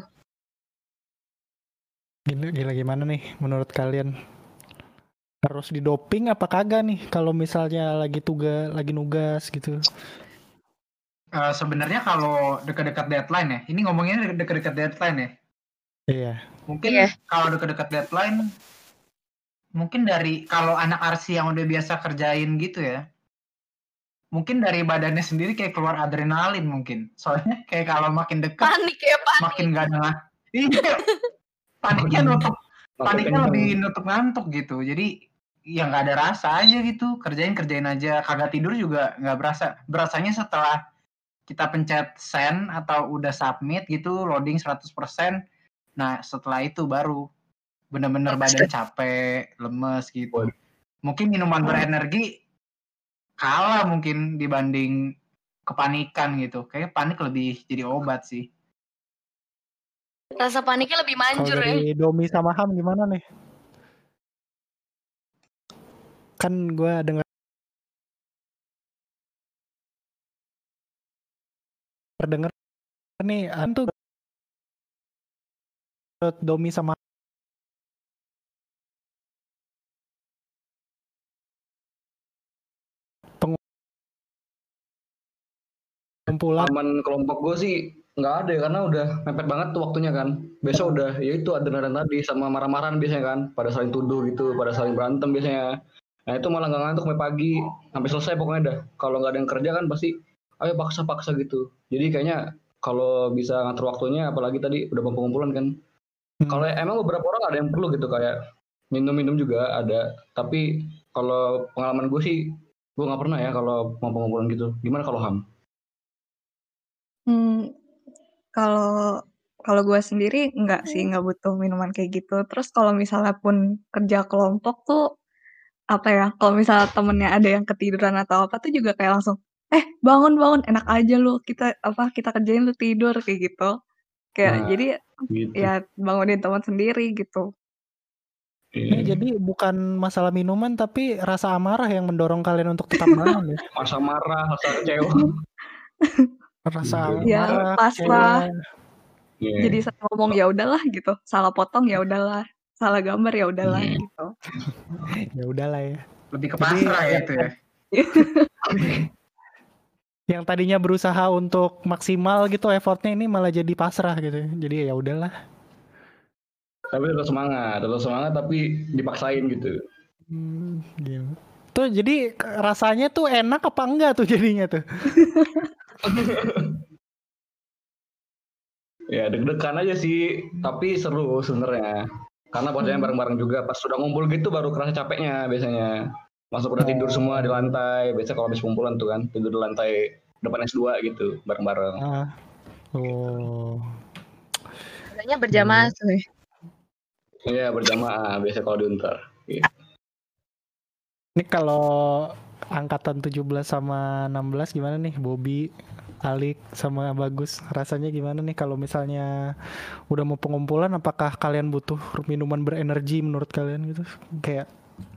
Gimana nih menurut kalian? Harus didoping apa kagak nih kalau misalnya lagi nugas gitu? Sebenarnya kalau dekat-dekat deadline ya, ini ngomongnya dekat-dekat deadline ya. Iya. Mungkin Iya. kalau dekat-dekat deadline, mungkin dari kalau anak arsi yang udah biasa kerjain gitu ya, mungkin dari badannya sendiri kayak keluar adrenalin mungkin. Soalnya kayak kalau makin dekat Panik ya, makin gak ada. Iya. Paniknya lebih nutup ngantuk gitu. Jadi ya nggak ada rasa aja gitu. Kerjain aja. Kagak tidur juga nggak berasa. Berasanya setelah kita pencet send atau udah submit gitu, loading 100%. Nah setelah itu baru bener-bener badan capek, lemes gitu. Mungkin minuman berenergi kalah mungkin dibanding kepanikan gitu. Kayaknya panik lebih jadi obat sih. Rasa paniknya lebih Kalau manjur ya. dari Domi sama Ham gimana nih? Kan gue dengar nih tuh Domi sama pengumpulan. Aman kelompok gue sih nggak ada ya, karena udah mepet banget tuh waktunya kan. Besok udah ya itu adrenalin tadi sama marah-marahan biasanya kan, pada saling tuduh gitu, pada saling berantem biasanya. Nah itu malah nggak ngantuk sampai pagi, sampai selesai pokoknya dah. Kalau nggak ada yang kerja kan pasti ayo paksa-paksa gitu. Jadi kayaknya kalau bisa ngatur waktunya, apalagi tadi udah mau pengumpulan kan. Kalau emang beberapa orang ada yang perlu gitu, kayak minum-minum juga ada. Tapi kalau pengalaman gue sih, gue nggak pernah ya kalau mau pengumpulan gitu. Gimana kalau Ham? Kalau gue sendiri nggak sih, nggak butuh minuman kayak gitu. Terus kalau misalnya pun kerja kelompok tuh apa ya? Kalau misalnya temennya ada yang ketiduran atau apa tuh juga kayak langsung, bangun, enak aja lu, kita kerjain lu tidur kayak gitu. Kayak jadi gitu. ya bangunin teman sendiri gitu. Ini jadi bukan masalah minuman tapi rasa amarah yang mendorong kalian untuk tetap bangun ya. Masa marah, rasa kecewa. Rasa Ya marah, pasrah. kecewa. Jadi saya ngomong ya udahlah gitu, salah potong ya udahlah, salah gambar ya udahlah gitu. Ya udahlah ya. Lebih ke pasrah ya itu ya. Yang tadinya berusaha untuk maksimal gitu effortnya ini malah jadi pasrah gitu. Jadi ya udahlah. Tapi tetap semangat tapi dipaksain gitu. Gitu. Tuh jadi rasanya tuh enak apa enggak tuh jadinya tuh? Ya deg-degan aja sih, tapi seru sebenarnya. Karena posisinya bareng-bareng juga, pas sudah ngumpul gitu baru kerasa capeknya biasanya. Masuk udah tidur semua di lantai, biasa kalau habis kumpulan tuh kan, tidur di lantai depan S2 gitu, bareng-bareng. Biasanya berjamaah tuh. Iya berjamaah, biasa kalau di Untar. Gitu. Ini kalau angkatan 17 sama 16 gimana nih Bobby, Alik sama Bagus, rasanya gimana nih kalau misalnya udah mau pengumpulan, apakah kalian butuh minuman berenergi menurut kalian gitu? Kayak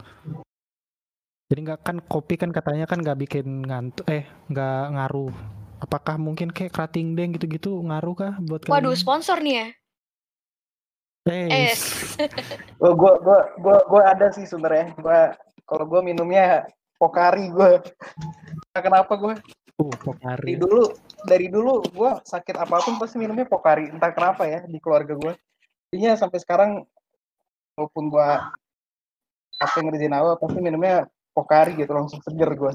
jadi nggak kan kopi kan katanya kan nggak bikin ngantuk, nggak ngaruh. Apakah mungkin kayak Krating Deng gitu-gitu ngaruh kah buat kalian? Waduh, sponsor nih ya. Gue ada sih sebenarnya. Kalau gue minumnya Pocari gue. Kenapa gue? Pocari. Dari dulu gue sakit apapun pasti minumnya Pocari. Entah kenapa ya di keluarga gue. Jadinya sampai sekarang walaupun gue ngerjain awal pasti minumnya Pocari gitu, langsung seger gue.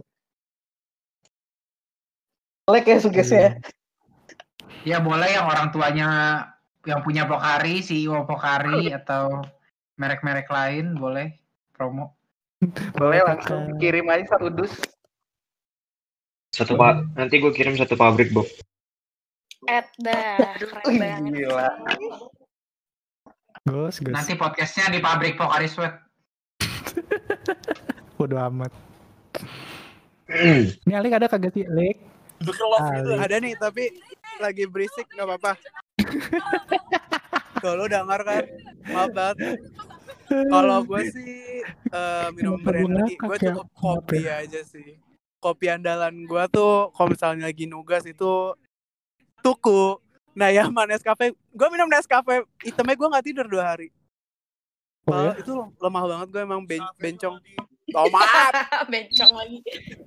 Boleh kayak sugesnya. Ya boleh yang orang tuanya yang punya Pocari, CEO Pocari atau merek-merek lain boleh promo. Boleh langsung kirim aja 1 dus. Nanti gue kirim 1 pabrik, Bob. Keren banget. Gila. Gus. Nanti podcastnya di pabrik Pocari Sweat. Bodo amat. Ini Alik ada kagak sih, Alik? Gitu. Ada nih, tapi lagi berisik, nggak apa-apa. Kalau dengar kan, maaf banget. Kalau gue sih minum berenergi, gue cukup kopi aja sih. Kopi andalan gue tuh, kalau misalnya lagi nugas itu tuku. Nah ya, Nescafe. Gue minum Nescafe, hitamnya gue nggak tidur 2 hari. Itu lemah banget, gue emang bencong. Tomat. Bencong lagi.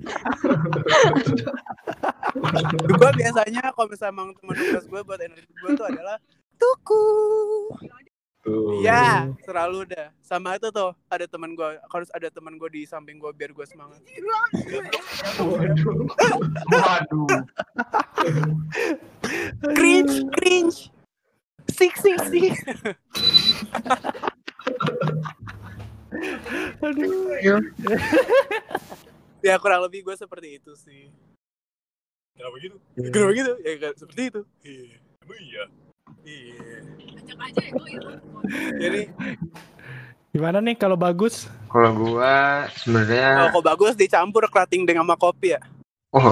Gue biasanya kalau misalnya emang teman nugas gue buat energi gue tuh adalah tuku. Iya, selalu dah. Sama itu tuh, ada teman gue, harus ada teman gue di samping gue biar gue semangat. Waduh. Cringe. Sik. Aduh. Ya kurang lebih gue seperti itu sih. Kenapa gitu? Ya kan seperti itu. Iya. Ajak aja ya gue. Jadi Gimana nih kalau bagus? Kalau gua sebenarnya kok bagus dicampur kerating dengan sama kopi ya. oh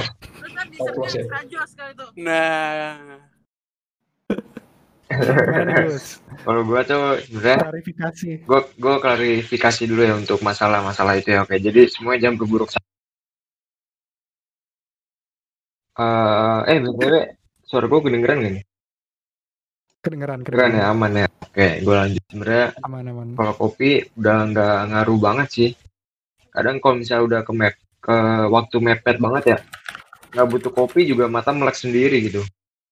Nah, Gimana nih Gus? kalau gua tuh sebenarnya Klarifikasi. gua klarifikasi dulu ya untuk masalah itu ya. Oke, jadi semua jam berburuk. BTW, suara gua kedengeran nggak nih? Kedengeran. Ya, aman ya. Oke, gue lanjut. Sebenarnya Aman. kalau kopi udah nggak ngaruh banget sih. Kadang kalau misalnya udah ke waktu mepet banget ya, nggak butuh kopi juga mata melek sendiri gitu.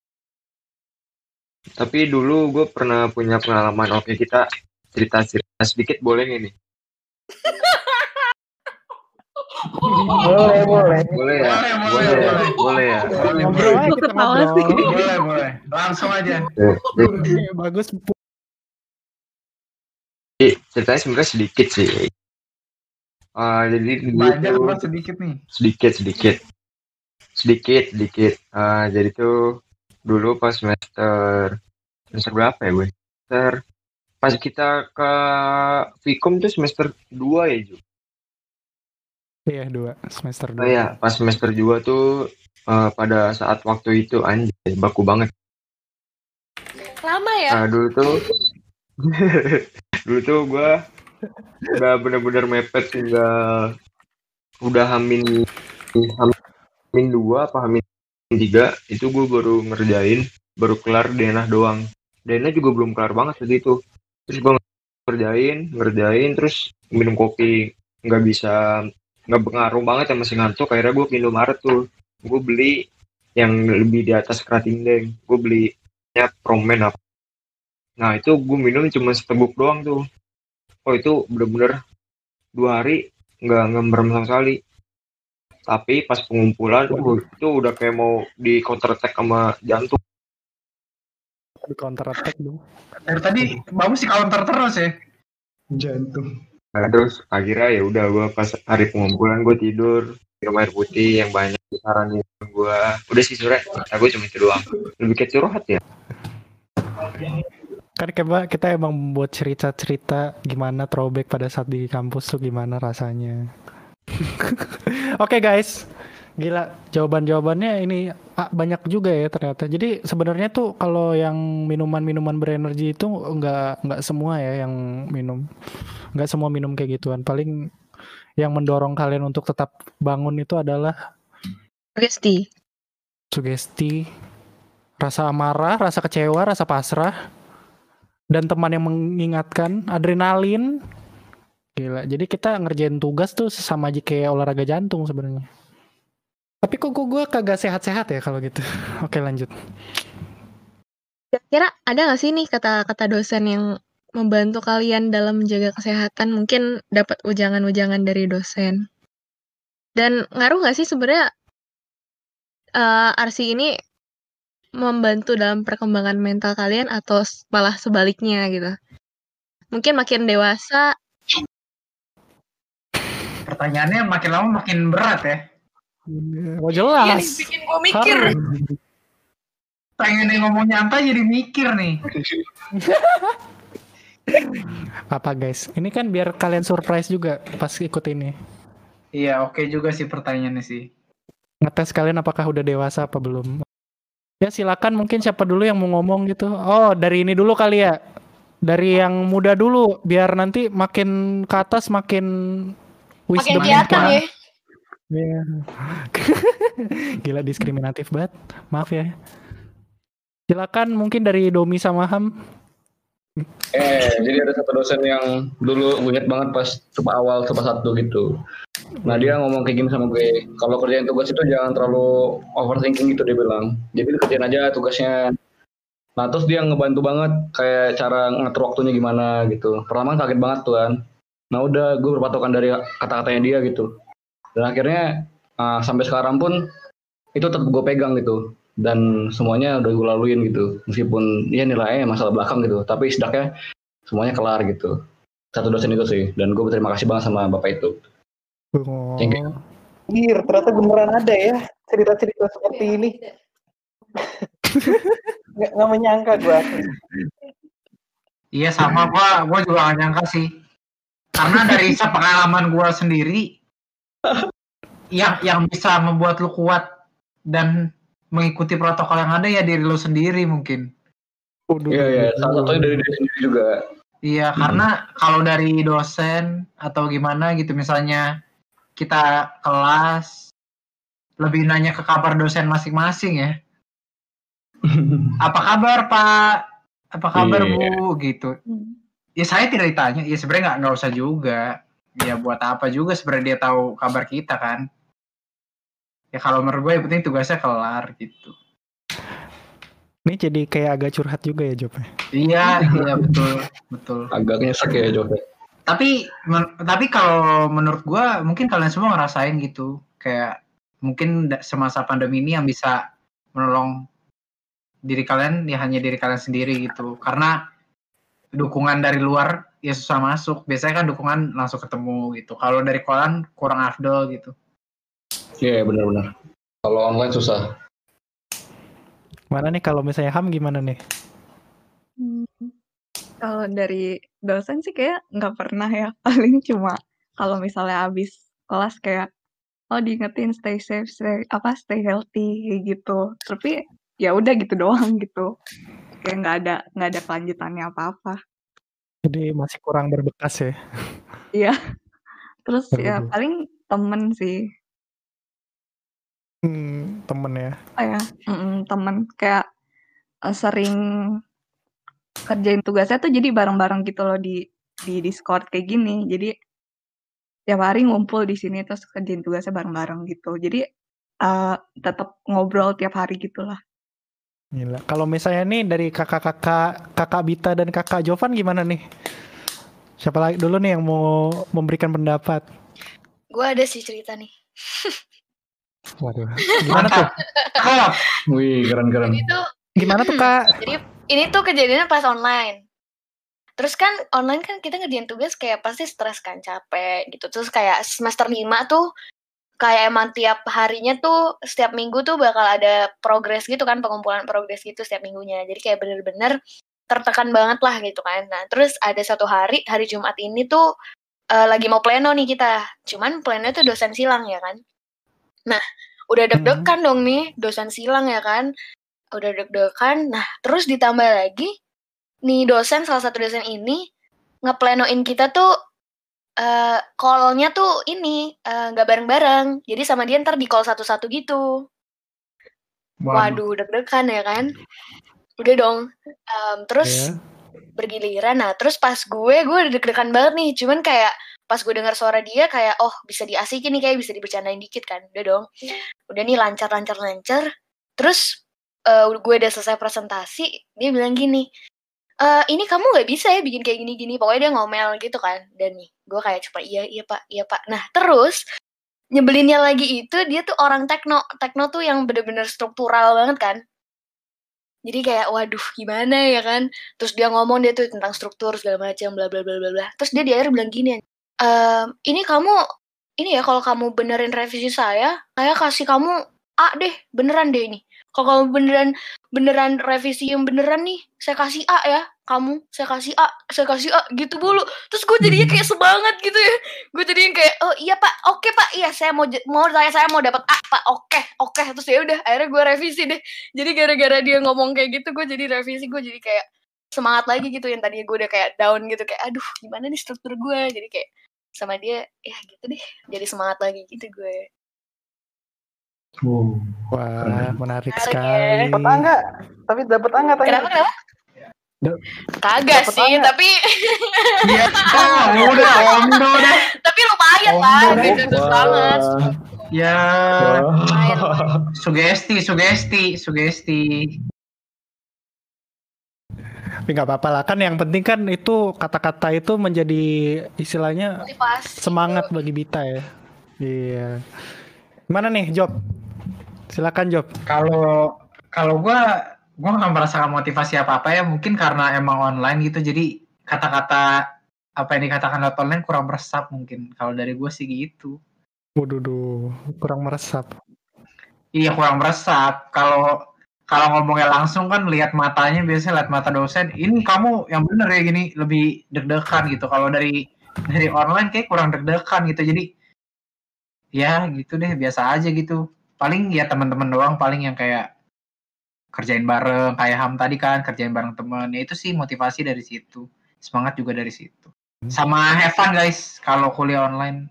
Tapi dulu gue pernah punya pengalaman. Oke, kita cerita sedikit boleh nggak nih? Boleh ya. Ngobrol aja kita ngobrol. Boleh. Langsung aja. Bagus. Ceritanya sebenarnya sedikit sih. Jadi Banyak apa sedikit nih? Sedikit. Jadi tuh dulu pas semester berapa ya gue? Pas kita ke Vkom tuh semester 2 ya Ju? Iya 2 semester 2. Oh ya, pas semester 2 tuh pada saat waktu itu anjay baku banget. Lama ya? Dulu tuh gue udah bener-bener mepet, tinggal udah hamin 2 apa hamin 3 itu gue baru kelar denah doang. Denah juga belum kelar banget tadi itu. Terus gue ngerjain terus minum kopi, nggak pengaruh banget ya, masih ngantuk. Akhirnya gue ke Indomaret tuh, gue beli yang lebih di atas kerating deng, gue belinya Promen apa. Nah itu gue minum cuma seteguk doang tuh. Oh itu bener-bener 2 hari nggak merem sama sekali. Tapi pas pengumpulan itu udah kayak mau di counter attack sama jantung. Di counter attack dong. Dari tadi bagus sih counter terus ya. Jantung. Nah, terus akhirnya ya udah gue pas hari pengumpulan gue tidur minum air putih yang banyak, disaranin gue. Udah sih sore, gue cuma itu doang. Lebih kayak curhat ya. Kan kita emang buat cerita-cerita gimana throwback pada saat di kampus tuh gimana rasanya. Oke guys, gila jawabannya ini banyak juga ya ternyata. Jadi sebenarnya tuh kalau yang minuman berenergi itu nggak semua ya yang minum, nggak semua minum kayak gituan. Paling yang mendorong kalian untuk tetap bangun itu adalah sugesti, rasa amarah, rasa kecewa, rasa pasrah, dan teman yang mengingatkan, adrenalin. Gila, jadi kita ngerjain tugas tuh sama aja kayak olahraga jantung sebenarnya. Tapi kok gue kagak sehat-sehat ya kalau gitu. Oke lanjut. Kira-kira ada gak sih nih kata-kata dosen yang membantu kalian dalam menjaga kesehatan? Mungkin dapat ujangan-ujangan dari dosen. Dan ngaruh gak sih sebenarnya RC ini membantu dalam perkembangan mental kalian atau malah sebaliknya gitu? Mungkin makin dewasa. Pertanyaannya makin lama makin berat ya. Oh jelas. Iya nih, bikin gue mikir. Pengen ngomong nyantai jadi mikir nih. Apa guys? Ini kan biar kalian surprise juga pas ikut ini. Iya, oke juga sih pertanyaannya sih. Ngetes kalian apakah udah dewasa apa belum. Ya silakan, mungkin siapa dulu yang mau ngomong gitu. Oh dari ini dulu kali ya. Dari yang muda dulu biar nanti makin ke atas makin wisdom kelihatan ya. Yeah. Gila diskriminatif banget. Maaf ya. Silakan mungkin dari Domi sama Ham. Jadi ada satu dosen yang dulu gue inget banget pas awal semester 1 gitu. Nah dia ngomong kayak gini sama gue, kalau kerjain tugas itu jangan terlalu overthinking gitu, dia bilang. Jadi kerjain aja tugasnya. Nah terus dia ngebantu banget kayak cara ngatur waktunya gimana gitu. Pertama kaget banget tuh kan. Nah udah gue berpatokan dari kata-katanya dia gitu. Dan akhirnya sampai sekarang pun itu tetap gue pegang gitu. Dan semuanya udah gue laluin gitu. Meskipun ya nilainya masalah belakang gitu. Tapi setidaknya semuanya kelar gitu. Satu dosen itu sih. Dan gue berterima kasih banget sama bapak itu. Thank you. Ternyata beneran ada ya cerita-cerita seperti ini. Nggak menyangka gue. Iya sama, gue juga gak nyangka sih. Karena dari sepengalaman gue sendiri, yang bisa membuat lu kuat dan mengikuti protokol yang ada ya diri lu sendiri mungkin. Iya, salah satunya dari diri sendiri juga. Iya, karena kalau dari dosen atau gimana gitu, misalnya kita kelas, lebih nanya ke kabar dosen masing-masing ya. Apa kabar Pak? Apa kabar Bu? Gitu. Ya saya tidak ditanya. Ya sebenarnya nggak usah juga. Ya buat apa juga sebenarnya dia tahu kabar kita kan. Ya kalau menurut gue yang penting tugasnya kelar gitu. Ini jadi kayak agak curhat juga ya Job. Iya betul. Agak nyesek ya Job. Tapi kalau menurut gue mungkin kalian semua ngerasain gitu. Kayak mungkin semasa pandemi ini yang bisa menolong diri kalian ya hanya diri kalian sendiri gitu. Karena dukungan dari luar ya susah masuk. Biasanya kan dukungan langsung ketemu gitu. Kalau dari kalian kurang afdol gitu. Iya benar-benar. Kalau online susah. Mana nih kalau misalnya Ham gimana nih? Kalau dari dosen sih kayak nggak pernah ya. Paling cuma kalau misalnya habis kelas kayak diingetin stay safe, stay healthy kayak gitu. Tapi ya udah gitu doang gitu. Kayak nggak ada kelanjutannya apa-apa. Jadi masih kurang berbekas ya. Iya. Terus ya paling temen sih. Temen ya. Temen kayak sering kerjain tugasnya tuh jadi bareng-bareng gitu loh di Discord kayak gini. Jadi tiap hari ngumpul di sini terus kerjain tugasnya bareng-bareng gitu. Jadi tetap ngobrol tiap hari gitulah. Gila. Kalau misalnya nih dari kakak Bita dan kakak Jovan gimana nih? Siapa lagi dulu nih yang mau memberikan pendapat? Gue ada sih cerita nih. Waduh. Gimana tuh? Wih, keren-keren. Gimana tuh Kak? Jadi ini tuh kejadiannya pas online. Terus kan online kan kita ngerjain tugas kayak pasti stres kan, capek gitu. Terus kayak semester 5 tuh kayak emang tiap harinya tuh setiap minggu tuh bakal ada progres gitu kan, pengumpulan progres gitu setiap minggunya. Jadi kayak bener-bener tertekan banget lah gitu kan. Nah terus ada satu hari Jumat ini tuh lagi mau pleno nih kita. Cuman pleno tuh dosen silang ya kan. Nah udah deg-degan dong nih dosen silang ya kan. Udah deg-degan. Nah terus ditambah lagi nih salah satu dosen ini ngeplenoin kita tuh call-nya tuh ini nggak bareng-bareng. Jadi sama dia ntar di call satu-satu gitu. Waduh, deg-degan ya kan. Udah dong. Terus bergiliran. Nah, terus pas gue udah deg-degan banget nih. Cuman kayak pas gue dengar suara dia kayak bisa diasikin nih, kayak bisa dibercandain dikit kan. Udah dong. Udah nih lancar. Terus gue udah selesai presentasi, dia bilang gini, ini kamu nggak bisa ya bikin kayak gini-gini. Pokoknya dia ngomel gitu kan. Dan nih gue kayak cuma iya pak. Nah terus nyebelinnya lagi itu dia tuh orang tekno tuh yang bener-bener struktural banget kan. Jadi kayak waduh gimana ya kan. Terus dia ngomong dia tuh tentang struktur segala macam bla bla bla bla bla. Terus dia di akhir bilang gini, ini kamu ini ya kalau kamu benerin revisi saya kasih kamu A deh, beneran deh ini. Kalau kamu beneran revisi yang beneran nih, saya kasih A ya. Kamu, saya kasih A gitu mulu. Terus gue jadinya kayak semangat gitu ya. Gue jadinya kayak, oh iya pak, oke pak, iya saya mau dapat A pak, oke. Terus ya udah, akhirnya gue revisi deh. Jadi gara-gara dia ngomong kayak gitu, gue jadi revisi, gue jadi kayak semangat lagi gitu. Yang tadinya gue udah kayak down gitu, kayak aduh gimana nih struktur gue. Jadi kayak sama dia, ya gitu deh. Jadi semangat lagi gitu gue. Wah, menarik sekali. Dapat angga, tapi dapat angga tadi. Kenapa? Kagak sih, tapi iya, udah omdo deh. Tapi lumayan lah, gitu banget. Ya, sugesti. Tapi nggak apa-apa lah, kan yang penting kan itu kata-kata itu menjadi istilahnya Motivasi. semangat bagi Bita ya. Iya. Gimana nih Job? Silakan Job. Kalau gue nggak merasakan motivasi apa-apa ya, mungkin karena emang online gitu, jadi kata-kata apa yang dikatakan lewat online kurang meresap mungkin. Kalau dari gue sih gitu. Waduh, kurang meresap. Iya, kurang meresap. Kalau ngomongnya langsung kan lihat matanya, biasanya lihat mata dosen, ini kamu yang bener ya gini, lebih deg-degan gitu. Kalau dari online kayak kurang deg-degan gitu. Jadi ya gitu deh, biasa aja gitu. Paling ya teman-teman doang paling yang kayak kerjain bareng, kayak Ham tadi kan kerjain bareng temen. Ya itu sih motivasi dari situ. Semangat juga dari situ. Sama have fun guys kalau kuliah online.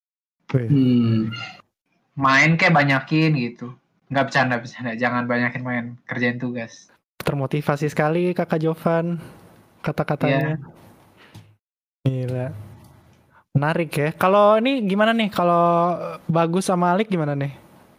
Main kayak banyakin gitu. Nggak bercanda, jangan banyakin main, kerjain tugas. Termotivasi sekali Kakak Jovan kata-katanya. Gila. Menarik ya. Kalau ini gimana nih? Kalau Bagus sama Alik gimana nih?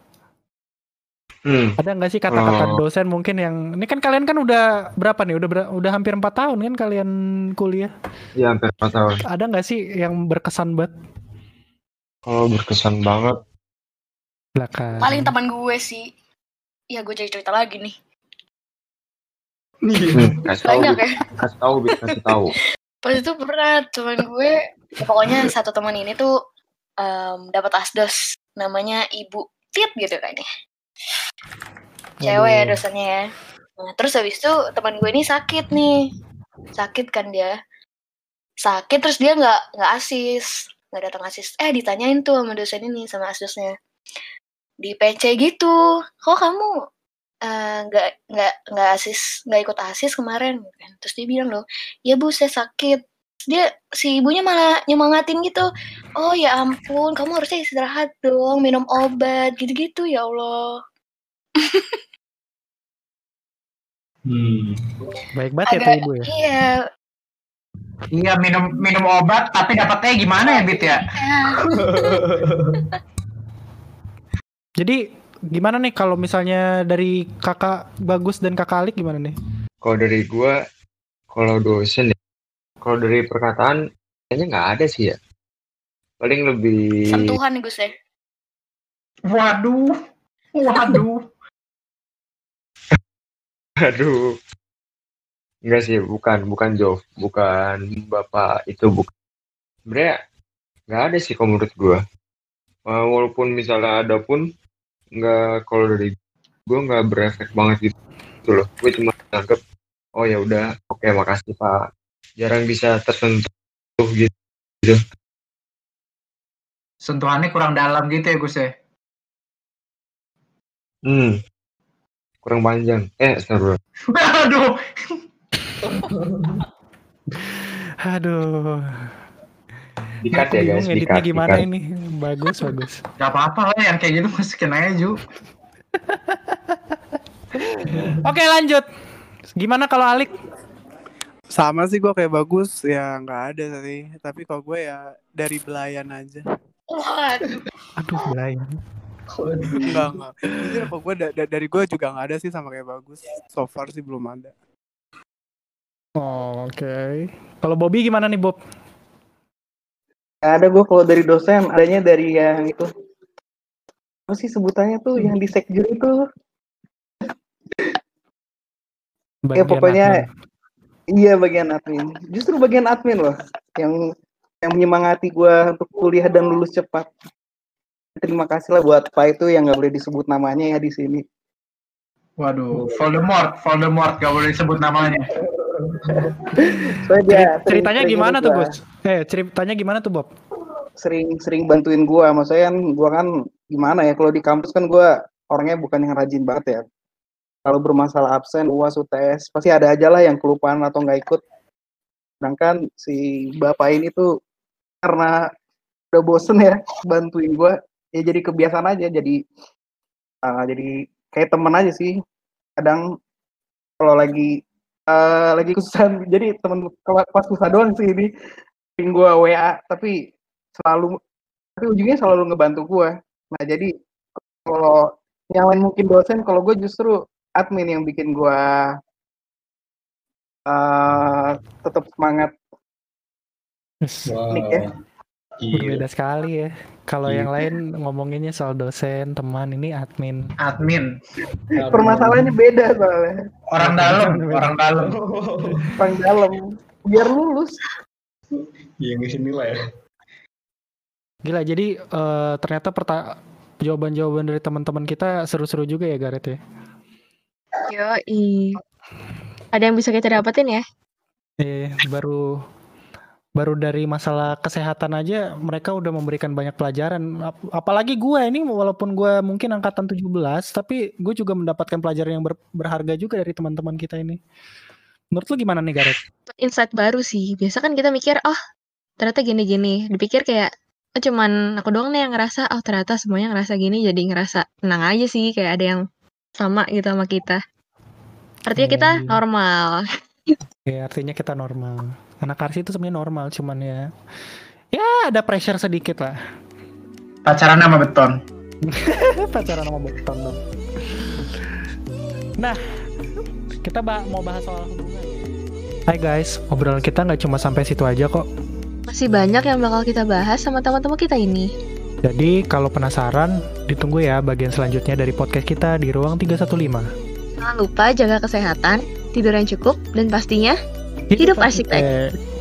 Ada nggak sih kata-kata dosen mungkin yang ini kan kalian kan udah berapa nih? Udah hampir 4 tahun kan kalian kuliah? Iya, hampir 4 tahun. Ada nggak sih yang berkesan banget? Kalau berkesan banget. Silakan. Paling teman gue sih. Ya gue jadi cerita lagi nih. Kasih tahu. Pas itu pernah teman gue, ya pokoknya satu teman ini tuh dapat asdos, namanya Ibu Tit gitu kayaknya. Cewek ya dosennya ya. Nah, terus habis itu teman gue ini sakit kan dia. Sakit terus dia nggak datang asis. Ditanyain tuh sama dosen ini, sama asdosnya. Di PC gitu, kok kamu nggak ikut asis kemarin? Terus dia bilang loh, ya Bu saya sakit. Si ibunya malah nyemangatin gitu. Oh ya ampun, kamu harusnya istirahat dong, minum obat gitu-gitu, ya Allah. Baik banget ya tuh ibu ya. Iya minum obat tapi dapatnya gimana ya Bit ya? Jadi gimana nih kalau misalnya dari Kakak Bagus dan Kakak Alik gimana nih? Kalau dari gua, kalau dosen ya, kalau dari perkataan kayaknya nggak ada sih ya. Paling lebih sentuhan nih Gus ya. Waduh. Aduh. Enggak sih, bukan Jov, bukan Bapak itu, bukan. Sebenarnya nggak ada sih kalau menurut gue. Walaupun misalnya ada pun, nggak, kalau dari gue nggak berefek banget gitu loh. Gue cuma anggap, oh ya udah, oke makasih Pak. Jarang bisa tersentuh gitu. Sentuhannya kurang dalam gitu ya Gus ya? Kurang panjang. Seru. Aduh. Dikat ya guys, editnya gimana ini? Bagus. Gak apa-apa lah yang kayak gitu masukin aja Ju. Oke lanjut. Gimana kalau Alik? Sama sih gue kayak Bagus, ya nggak ada sih. Tapi kalau gue ya dari belayan aja. Aduh belayan. Enggak. Jujur kalau gue dari gue juga nggak ada sih sama kayak Bagus. So far sih belum ada. Oke. Kalau Bobby gimana nih Bob? Ada gue kalau dari dosen, adanya dari yang itu. Apa sih sebutannya tuh yang di sekjur itu? Bagian pokoknya admin. Iya bagian admin. Justru bagian admin loh yang menyemangati gue untuk kuliah dan lulus cepat. Terima kasih lah buat Pak itu yang nggak boleh disebut namanya ya di sini. Waduh, Voldemort gak boleh disebut namanya. Ceritanya gimana tuh Gus? Ceritanya gimana tuh Bob? Sering bantuin gue, maksudnya kan gue kan gimana ya, kalau di kampus kan gue orangnya bukan yang rajin banget ya. Kalau bermasalah absen, UAS, UTS, pasti ada aja lah yang kelupaan atau nggak ikut. Sedangkan si bapak ini tuh karena udah bosen ya bantuin gue, ya jadi kebiasaan aja, jadi kayak temen aja sih. Kadang kalau lagi kesusahan, jadi temen pas susah doang sih ini gue WA, tapi ujungnya selalu ngebantu gue. Nah jadi kalau yang lain mungkin dosen, kalau gue justru admin yang bikin gue Tetap semangat. Wow. Nik ya. Gila. Berbeda sekali ya. Kalau Iya. yang lain ngomonginnya soal dosen, teman, ini admin. Admin. Permasalahannya beda soalnya. Orang dalam. Orang dalam. Orang dalam. Biar lulus. Yang ngisi nilai ya. Gila, jadi ternyata jawaban-jawaban dari teman-teman kita seru-seru juga ya, Gareth ya. Yoi. Ada yang bisa kita dapetin ya? Baru dari masalah kesehatan aja mereka udah memberikan banyak pelajaran. Apalagi gue ini, walaupun gue mungkin angkatan 17, tapi gue juga mendapatkan pelajaran yang berharga juga dari teman-teman kita ini. Menurut lu gimana nih, Gareth? Insight baru sih. Biasa kan kita mikir, oh ternyata gini-gini. Dipikir kayak, oh cuman aku doang nih yang ngerasa, oh ternyata semuanya ngerasa gini, jadi ngerasa tenang aja sih. Kayak ada yang sama gitu sama kita. Artinya kita normal. Ya, artinya kita normal. Anak Arsi itu sebenarnya normal, cuman ya ada pressure sedikit lah. Pacaran sama beton. Pacaran sama beton dong. Nah, kita mau bahas soal hubungan. Hai guys, obrolan kita nggak cuma sampai situ aja kok. Masih banyak yang bakal kita bahas sama teman-teman kita ini. Jadi kalau penasaran, ditunggu ya bagian selanjutnya dari podcast kita di Ruang 315. Jangan lupa jaga kesehatan, tidur yang cukup, dan pastinya hidup arsitek.